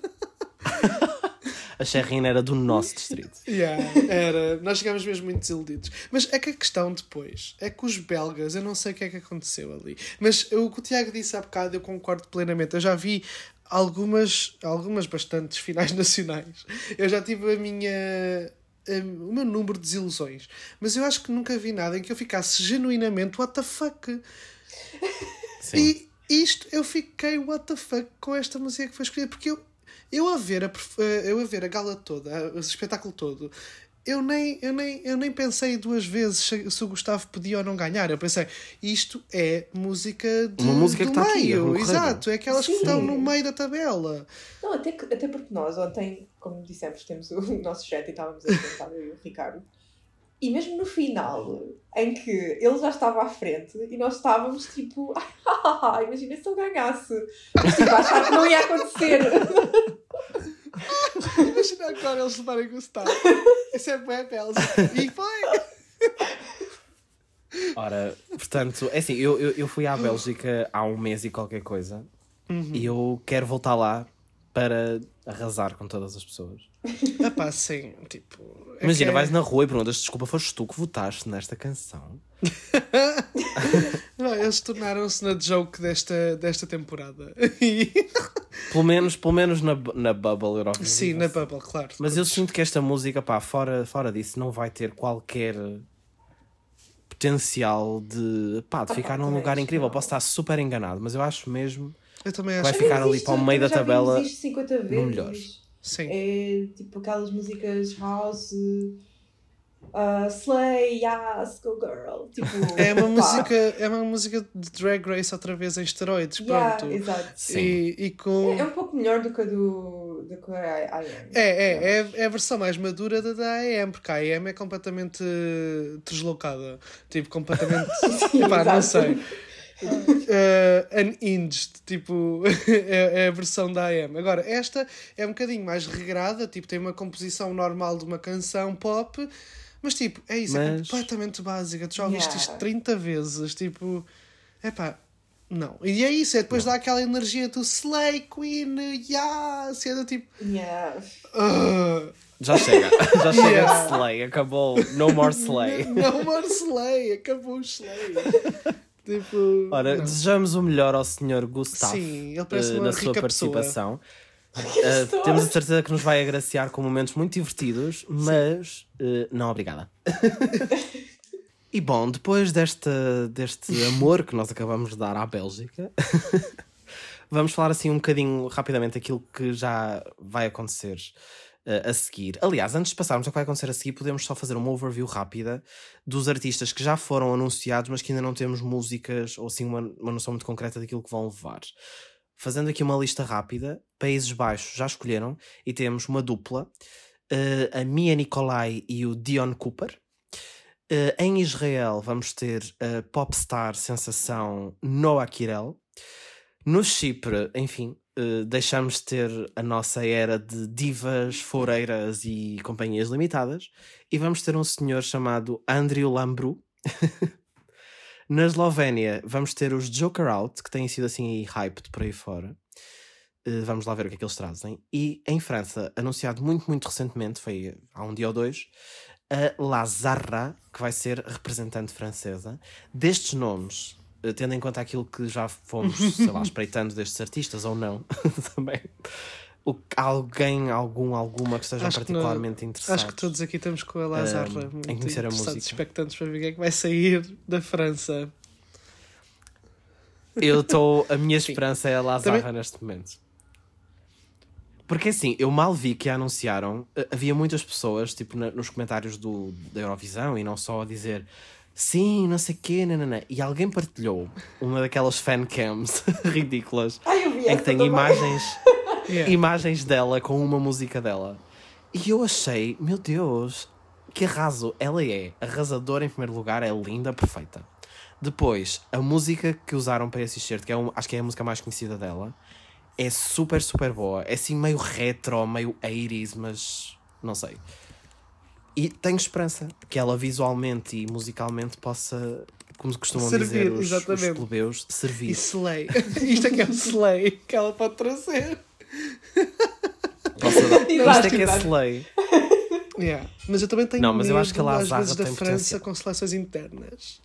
A Cherine era do nosso distrito. Era. Nós chegámos mesmo muito desiludidos. Mas é que a questão depois é que os belgas, eu não sei o que é que aconteceu ali. Mas o que o Tiago disse há bocado, eu concordo plenamente. Eu já vi algumas bastantes finais nacionais. Eu já tive o meu número de desilusões. Mas eu acho que nunca vi nada em que eu ficasse genuinamente what the fuck. Sim. E isto, eu fiquei what the fuck com esta música que foi escolhida. Porque eu a ver a gala toda, o espetáculo todo, eu nem pensei duas vezes se o Gustavo podia ou não ganhar. Eu pensei, isto é música Uma música do que está aqui, a meio. concorrer. Exato, é aquelas que Sim. estão no meio da tabela. Não, até porque nós ontem, como dissemos, temos o nosso chat e estávamos a tentar, eu e o Ricardo. E mesmo no final, em que ele já estava à frente e nós estávamos tipo, imagina se ele ganhasse. Mas tipo, a achar que não ia acontecer. Imagina agora eles levarem Gustavo. Isso é bem Bélgica. E foi! Ora, portanto, é assim, eu fui à Bélgica há um mês e qualquer coisa e eu quero voltar lá para arrasar com todas as pessoas. Epá, sim, tipo... Imagina, vais na rua e perguntas, desculpa, foste tu que votaste nesta canção? Não, eles tornaram-se na joke desta temporada. E... Pelo menos na Bubble Eurovisão. Sim, na Bubble, claro. Mas eu sinto que esta música, pá, fora disso, não vai ter qualquer potencial de ficar num também lugar acho incrível. que não. Posso estar super enganado, mas eu acho mesmo Eu também vai acho ficar Já ali vimos para o isto, meio da já vimos tabela isto 50 no vezes. melhor. Sim. É tipo aquelas músicas house, Slay, Yes, Go Girl. Tipo, É uma música de Drag Race outra vez em esteroides, Yeah, pronto. exato. Sim. E com... É um pouco melhor do que a I Am. É a versão mais madura da AM, porque a AM é completamente deslocada. Tipo, completamente... Epá, não sei. Unhinged, tipo, é a versão da AM. Agora, esta é um bocadinho mais regrada, tipo, tem uma composição normal de uma canção pop, mas tipo, é isso, é Mas- completamente básica. Tu já ouviste Yeah. isto 30 vezes, tipo, epá, não. E é isso, é depois dá aquela energia do Slay Queen, yeah, sendo tipo, Yeah. Já chega de Yeah. Slay, acabou, no more Slay. não more Slay, acabou o Slay. Tipo, Ora, não. desejamos o melhor ao Sr. Gustavo Sim, ele parece uma na sua rica participação. pessoa. Temos a certeza que nos vai agraciar com momentos muito divertidos, mas não obrigada. E bom, depois deste amor que nós acabamos de dar à Bélgica, vamos falar assim um bocadinho rapidamente aquilo que já vai acontecer a seguir. Aliás, antes de passarmos ao que vai acontecer a seguir, podemos só fazer uma overview rápida dos artistas que já foram anunciados, mas que ainda não temos músicas ou assim uma noção muito concreta daquilo que vão levar. Fazendo aqui uma lista rápida, Países Baixos já escolheram e temos uma dupla, a Mia Nicolai e o Dion Cooper. Em Israel vamos ter a popstar sensação Noah Kirel. No Chipre, enfim, deixamos de ter a nossa era de divas, foreiras e companhias limitadas e vamos ter um senhor chamado Andrew Lambrou. Na Eslovénia vamos ter os Joker Out, que têm sido assim aí hyped por aí fora. Vamos lá ver o que é que eles trazem. E em França, anunciado muito, muito recentemente, foi há um dia ou dois, a Lazara, que vai ser representante francesa. Destes nomes, tendo em conta aquilo que já fomos, sei lá, espreitando destes artistas, ou não, também, alguma que estejam Acho que particularmente interessados. Acho que todos aqui estamos com a Lazarra muito em conhecer a interessados, música. expectantes para ver o que é que vai sair da França. A minha esperança é a Lazara Também- neste momento. Porque assim, eu mal vi que a anunciaram, havia muitas pessoas, tipo, nos comentários da Eurovisão, e não só a dizer sim, não sei o quê, nananã. E alguém partilhou uma daquelas fancams ridículas, Ai, eu vi em que essa tem também. Yeah. imagens dela com uma música dela. E eu achei, meu Deus, que arraso. Ela é arrasadora em primeiro lugar, é linda, perfeita. Depois, a música que usaram para esse excerto, que acho que é a música mais conhecida dela, é super, super boa. É assim meio retro, meio 80s, mas não sei. E tenho esperança que ela visualmente e musicalmente possa, como costumam Servir, dizer os exatamente. plebeus, E servir. Slay. Isto é que é o Slay que ela pode trazer. Isto é que é Exato. slay. Yeah. Mas eu também tenho Não, mas eu medo, acho que a às Lazarra vezes, da tem França potencial. com seleções internas.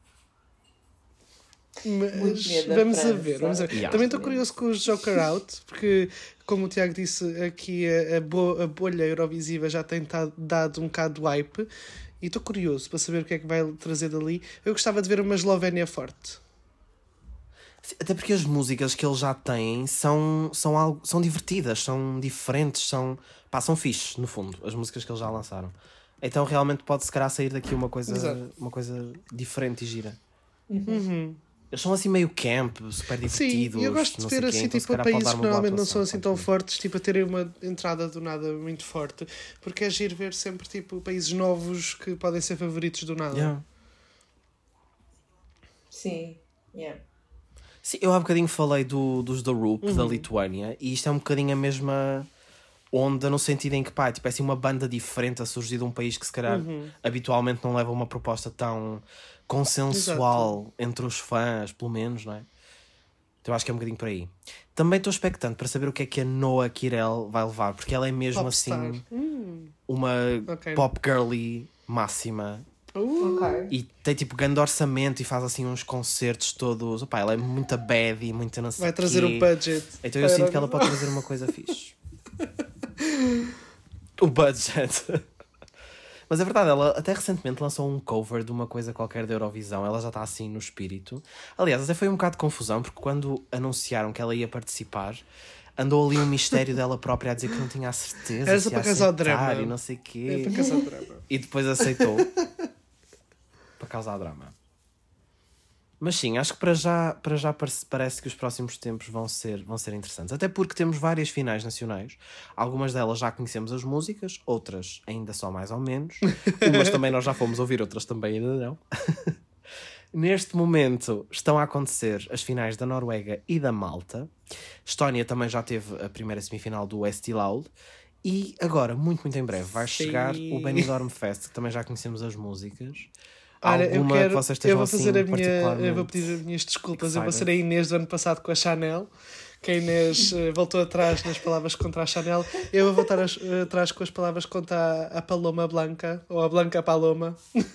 Muito Mas medo da vamos a França. ver, vamos a ver. Yeah. Também estou curioso com os Joker Out, porque, como o Tiago disse, aqui a bolha Eurovisiva já tem dado um bocado de hype, e estou curioso para saber o que é que vai trazer dali. Eu gostava de ver uma Eslovénia forte. Até porque as músicas que eles já têm são divertidas, são diferentes, são fixe, no fundo, as músicas que eles já lançaram. Então realmente pode se calhar sair daqui uma coisa Exato. diferente e gira. Uhum. Eles são assim meio camp, super divertidos. Sim, eu gosto de não ver sei quê, assim, então se tipo, calhar pode países dar que uma boa normalmente não são atuação, assim tão pode ser. fortes, tipo, a terem uma entrada do nada muito forte. Porque é giro ver sempre, tipo, países novos que podem ser favoritos do nada. Yeah. Sim, yeah. Sim, eu há bocadinho falei dos The Roop, da Lituânia, e isto é um bocadinho a mesma onda no sentido em que, pá, tipo, é assim uma banda diferente a surgir de um país que se calhar habitualmente não leva uma proposta tão consensual entre os fãs, pelo menos, não é? Então eu acho que é um bocadinho por aí. Também estou expectante para saber o que é que a Noa Kirel vai levar, porque ela é mesmo Popstar. assim uma Ok. pop girly máxima. Ok. E tem tipo grande orçamento e faz assim uns concertos todos. Opa, ela é muito bad e muito não sei Vai trazer quê. o budget. Então eu para sinto que ela pode trazer uma coisa fixe. O budget. Mas é verdade, ela até recentemente lançou um cover de uma coisa qualquer da Eurovisão. Ela já está assim no espírito. Aliás, até foi um bocado de confusão, porque quando anunciaram que ela ia participar, andou ali um mistério dela própria a dizer que não tinha a certeza Era se só ia para causar aceitar drama. e não sei o quê. É para caçar drama. E depois aceitou. Para causar drama. Mas sim, acho que para já parece que os próximos tempos vão ser interessantes. Até porque temos várias finais nacionais. Algumas delas já conhecemos as músicas, outras ainda só mais ou menos. Umas também nós já fomos ouvir, outras também ainda não. Neste momento estão a acontecer as finais da Noruega e da Malta. Estónia também já teve a primeira semifinal do Estilaul. E agora, muito em breve, vai chegar o Benidorm Fest, que também já conhecemos as músicas. Olha, Alguma que vocês eu estejam vou fazer assim particularmente eu vou pedir as minhas desculpas. Eu vou ser a excited? Inês do ano passado com a Chanel, que a Inês voltou atrás nas palavras contra a Chanel. Eu vou voltar atrás com as palavras contra a Paloma Blanca, ou a Blanca Paloma.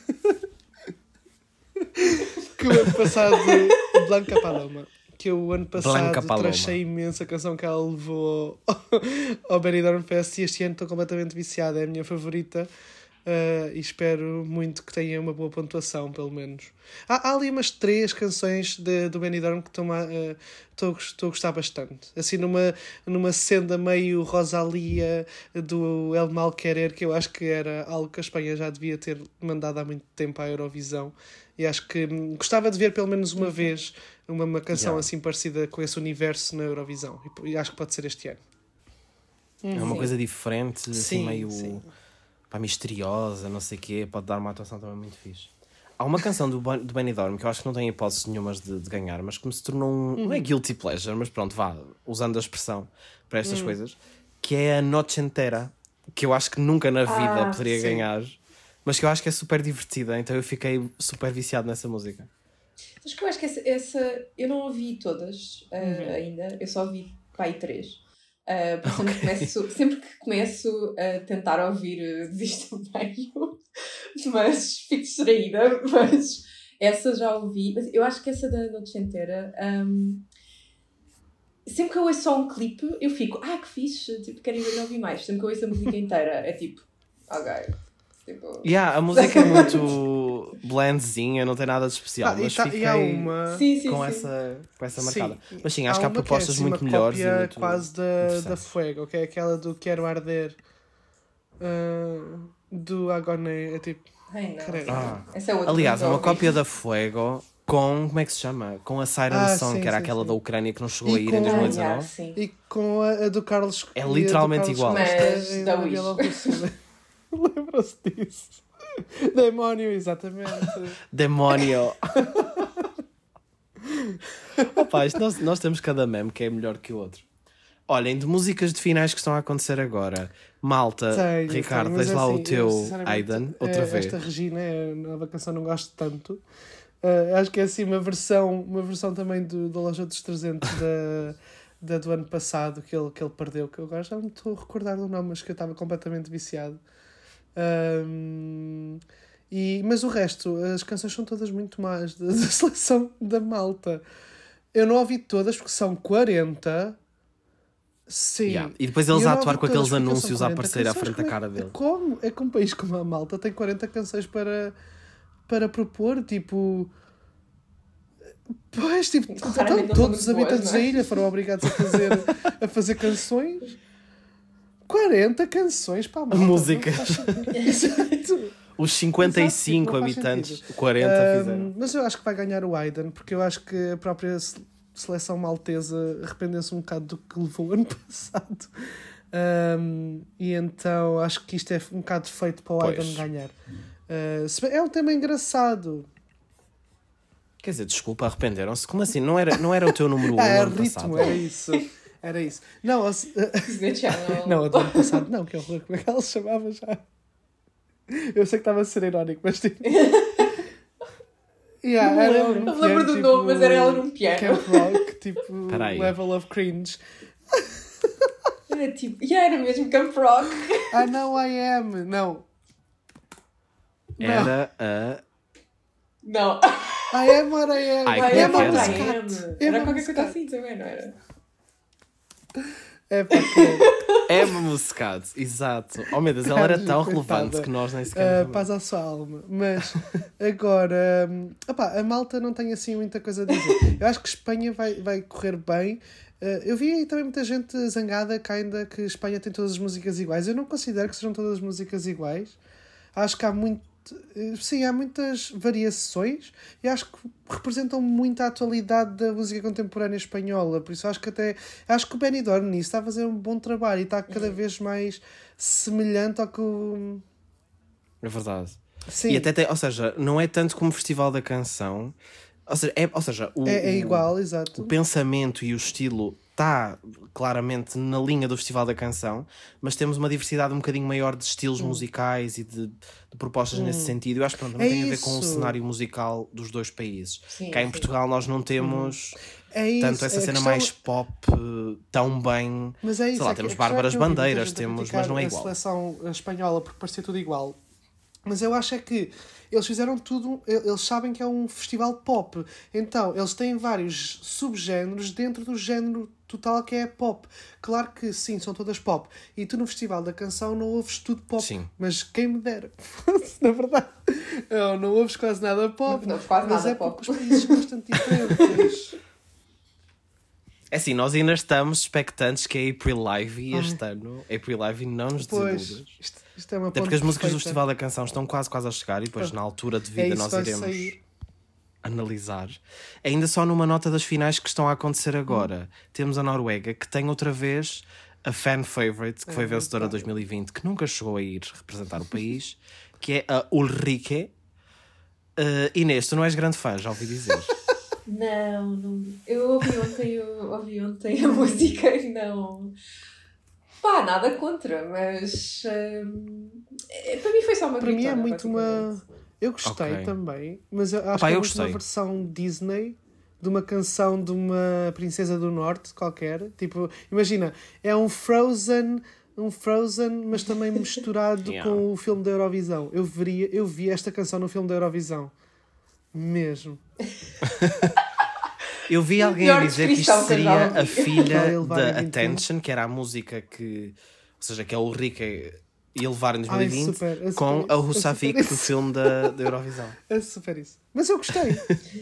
Que o ano passado... Blanca Paloma. Que eu o ano Blanca passado Paloma. trachei imenso a canção que ela levou ao Benidorm Fest, e este ano estou completamente viciada, é a minha favorita. E espero muito que tenha uma boa pontuação, pelo menos. Há ali umas 3 canções do Benidorm que estou a gostar bastante. Assim, numa senda meio Rosalia do El Mal Querer, que eu acho que era algo que a Espanha já devia ter mandado há muito tempo à Eurovisão. E acho que gostava de ver pelo menos uma vez uma canção Yeah. assim parecida com esse universo na Eurovisão. E acho que pode ser este ano. É uma Sim. coisa diferente, assim, Sim, meio sim. pá, misteriosa, não sei o quê. Pode dar uma atuação também muito fixe. Há uma canção do Benidorm que eu acho que não tem hipóteses nenhumas de ganhar, mas que me se tornou não é guilty pleasure, mas pronto, vá, usando a expressão para estas coisas, que é a Noche Entera, que eu acho que nunca na vida poderia sim. ganhar, mas que eu acho que é super divertida, então eu fiquei super viciado nessa música. Acho que eu acho que essa eu não ouvi todas ainda, eu só ouvi pá, aí 3. Sempre que começo a tentar ouvir, desisto meio, mas fico distraída. Mas essa já ouvi. Mas eu acho que essa da Noche Entera, sempre que eu ouço só um clipe, eu fico, que fixe, tipo, quero ir ouvir mais. Sempre que eu ouço a música inteira, é tipo, ok. Tipo... Yeah, a música é muito blandzinha, não tem nada de especial, mas fiquei há uma... Sim. com essa marcada. Sim. Mas sim, acho que há uma propostas que é, assim, muito uma melhores e cópia muito quase da interessantes. Fuego, que é aquela do Quero Arder, do Agoné, é tipo... Ai, não. Credo. Essa é outra. Aliás, que é eu uma ouvi. cópia da Fuego com, como é que se chama? Com a Siren Song, sim, que era sim, aquela sim. da Ucrânia que não chegou a E ir com- em Ah, 2019. yeah, sim. E com a do Carlos... É e a do literalmente Carlos igual. Costa Mas em da Wish. Bielorrússia. Lembra-se disso? Demónio, exatamente. Demónio! Opa, isto nós temos cada meme que é melhor que o outro. Olhem, de músicas de finais que estão a acontecer agora. Malta, Ricardo, mas tens lá assim, o teu sinceramente, Aiden, outra vez. Esta Regina é a nova canção, não gosto tanto. Acho que é assim uma versão também da Loja dos 300 do ano passado que ele perdeu, que eu agora já não me estou a recordar do nome, mas que eu estava completamente viciado. Mas o resto, as canções são todas muito más da seleção da Malta. Eu não ouvi todas porque são 40. Sim. Yeah. E depois eles Eu a não atuar ouvi com aqueles todas porque anúncios são a 40 aparecer à canções. frente da cara dele. Como? É que um país como a Malta tem 40 canções para propor, tipo... Pois, tipo, Claramente então, não são todos os muito boas, habitantes não é? da ilha foram obrigados a fazer canções. 40 canções para a malta. Músicas. Exato. Os 55 Exato, não faz habitantes, sentido. 40 fizeram. Mas eu acho que vai ganhar o Aiden, porque eu acho que a própria seleção maltesa arrependeu-se um bocado do que levou o ano passado. E então acho que isto é um bocado feito para o Pois. Aiden ganhar. É um tema engraçado. Quer dizer, desculpa, arrependeram-se. Como assim? Não era o teu número 1 no É ano ritmo, passado? era isso. Não, Disney Channel. não, a do ano passado não, que horror, como é que ela se chamava já? Eu sei que estava a ser irónico, mas tipo. Yeah, era Eu me lembro do nome, mas era ela num piano. Camp Rock, tipo, Peraí. level of cringe. Era tipo, era mesmo Camp Rock. Não, I am. Não. Era a... Não. I am what I am. Ai, Vai, como é é que era? Muscat. Era Emma qualquer coisa Muscat. assim também, não era? É para que Emma Muscat, exato. Oh meu Deus, ela era tão Coitada. relevante que nós nem sequer... paz à sua alma. Mas agora, a malta não tem assim muita coisa a dizer. Eu acho que Espanha vai correr bem. Eu vi aí também muita gente zangada ainda que Espanha tem todas as músicas iguais. Eu não considero que sejam todas as músicas iguais. Acho que há muitas variações e acho que representam muito a atualidade da música contemporânea espanhola. Por isso acho que o Benidorm nisso está a fazer um bom trabalho e está cada vez mais semelhante ao que o... É verdade. Sim, E até ou seja, não é tanto como o Festival da Canção. Ou seja, é igual, o exato. pensamento e o estilo está claramente na linha do Festival da Canção, mas temos uma diversidade um bocadinho maior de estilos musicais e de propostas nesse sentido. Eu acho que pronto, não É tem a ver com o isso. cenário musical dos dois países. Sim, Cá em sim. Portugal nós não temos É isso. tanto essa a cena questão- mais pop tão bem... Mas é isso. Sei lá, é que temos a questão é Bárbaras que eu vi muita Bandeiras, gente a temos, criticar mas não é a igual. seleção espanhola porque parecia tudo igual. Mas eu acho é que eles fizeram tudo, eles sabem que é um festival pop. Então, eles têm vários subgéneros dentro do género total que é pop. Claro que sim, são todas pop. E tu no Festival da Canção não ouves tudo pop. Sim. Mas quem me dera. Na verdade. Não ouves quase nada pop. Não ouves quase mas nada é pop. porque os países são bastante diferentes. É assim, nós ainda estamos expectantes que a April Live e este ano, a April Live não nos Pois, desiludas. isto é uma Até ponte porque as músicas do perfeita. Festival da Canção estão quase a chegar e depois na altura de É vida isso, nós vai iremos sair. analisar. Ainda só numa nota das finais que estão a acontecer agora. Temos a Noruega, que tem outra vez a fan favorite, que foi vencedora de 2020, que nunca chegou a ir representar o país, que é a Ulrike. Inês, tu não és grande fã, já ouvi dizer. Não. Eu ouvi ontem a música e não... Pá, nada contra, mas... para mim foi só uma Para mim é gritona, muito uma... basicamente. Eu gostei Ok. também, mas eu acho Opa, que é eu muito uma gostei. versão Disney de uma canção de uma princesa do norte qualquer. Tipo, imagina, é um Frozen, mas também misturado Yeah. com o filme da Eurovisão. Eu vi esta canção no filme da Eurovisão. Mesmo. Eu vi alguém pior a dizer que isto descrição que eu já seria ouvi. a filha Vai levar da em 21. Attention, que era a música que... Ou seja, que a Ulrike ia levar em Ai, 2020 super, com super a isso, Husavik é do super filme da Eurovisão. É super isso. Mas eu gostei.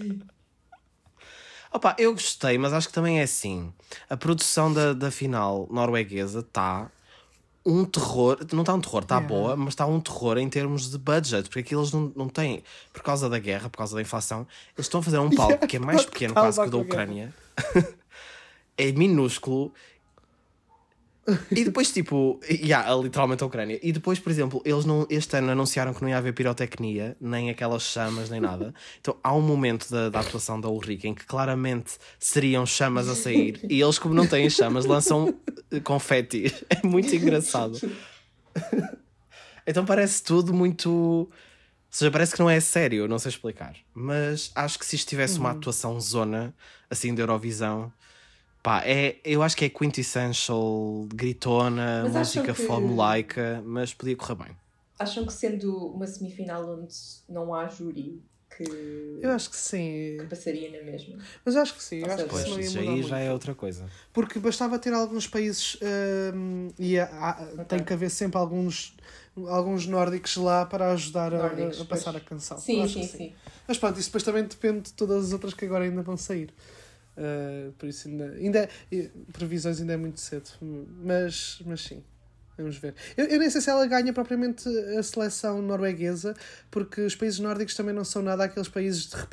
Opa, eu gostei, mas acho que também é assim. A produção da final norueguesa está um terror. Não está um terror, está boa, mas está um terror em termos de budget, porque aquilo eles não têm, por causa da guerra, por causa da inflação, eles estão a fazer um palco que é mais pequeno quase que o da Ucrânia. É minúsculo. E depois, tipo, literalmente a Ucrânia. E depois, por exemplo, eles este ano anunciaram que não ia haver pirotecnia, nem aquelas chamas, nem nada. Então há um momento da atuação da Ulrike em que claramente seriam chamas a sair e eles, como não têm chamas, lançam confeti. É muito engraçado. Então parece tudo muito... Ou seja, parece que não é sério, não sei explicar. Mas acho que se isto tivesse uma atuação zona, assim, de Eurovisão... Pá, eu acho que é quintessential, gritona, Mas acham música que- formulaica, mas podia correr bem. Acham que sendo uma semifinal onde não há júri que Eu acho que sim. passaria na mesma? Mas acho que sim. Eu Ou acho que seja, isso não ia Pois, isso mudar aí muito. já é outra coisa. Porque bastava ter alguns países tem que haver sempre alguns nórdicos lá para ajudar Nórdicos, a passar pois. a canção. Eu Sim, acho sim, que sim. Mas pronto, isso depois também depende de todas as outras que agora ainda vão sair. Por isso previsões ainda é muito cedo. Mas sim. Vamos ver. Eu nem sei se ela ganha propriamente a seleção norueguesa, porque os países nórdicos também não são nada aqueles países de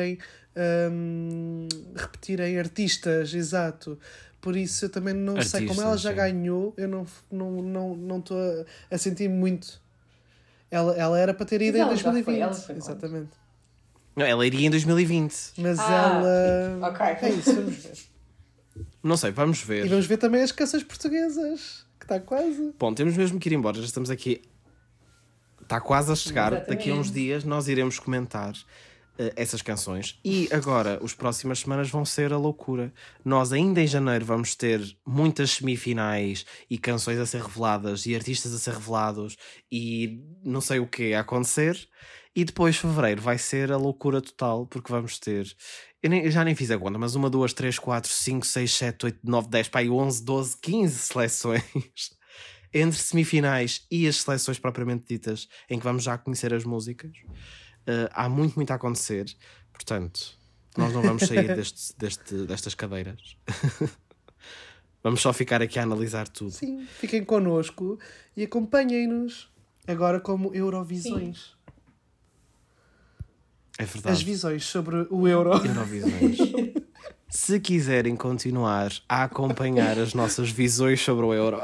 repetirem artistas, exato. Por isso eu também não sei. Como ela já ganhou, eu não estou a sentir muito. Ela era para ter ido em 2020. Ela foi exatamente. Não, ela iria em 2020. Mas ela... Ok. É isso, vamos ver. Não sei, vamos ver. E vamos ver também as canções portuguesas, que está quase. Bom, temos mesmo que ir embora, já estamos aqui. Está quase a chegar. Exatamente. Daqui a uns dias nós iremos comentar essas canções. E agora, as próximas semanas vão ser a loucura. Nós ainda em janeiro vamos ter muitas semifinais e canções a ser reveladas e artistas a ser revelados e não sei o que a acontecer. E depois fevereiro vai ser a loucura total, porque vamos ter... Eu já nem fiz a conta, mas 1, 2, 3, 4, 5, 6, 7, 8, 9, 10, pá, 11, 12, 15 seleções entre semifinais e as seleções propriamente ditas, em que vamos já conhecer as músicas. Há muito a acontecer, portanto, nós não vamos sair destas cadeiras. Vamos só ficar aqui a analisar tudo. Sim, fiquem connosco e acompanhem-nos agora como Eurovisões. Sim. É verdade. As visões sobre o Euro. Eurovisões. Se quiserem continuar a acompanhar as nossas visões sobre o Euro,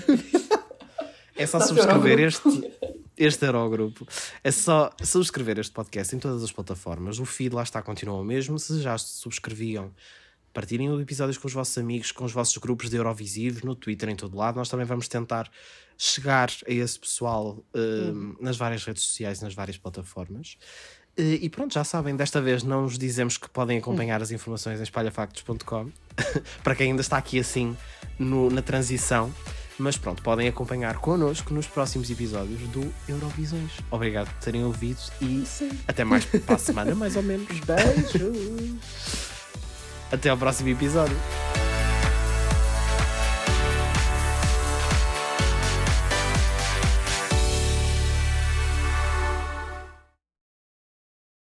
é só subscrever este Eurogrupo. É só subscrever este podcast em todas as plataformas. O feed lá está, continua o mesmo. Se já subscreviam, partilhem os episódios com os vossos amigos, com os vossos grupos de Eurovisivos, no Twitter, em todo lado. Nós também vamos tentar chegar a esse pessoal nas várias redes sociais, nas várias plataformas. E pronto, já sabem, desta vez não vos dizemos que podem acompanhar as informações em espalhafactos.com para quem ainda está aqui assim na transição, mas pronto, podem acompanhar connosco nos próximos episódios do Eurovisões. Obrigado por terem ouvido e até mais para a semana, mais ou menos. Beijos! Até ao próximo episódio.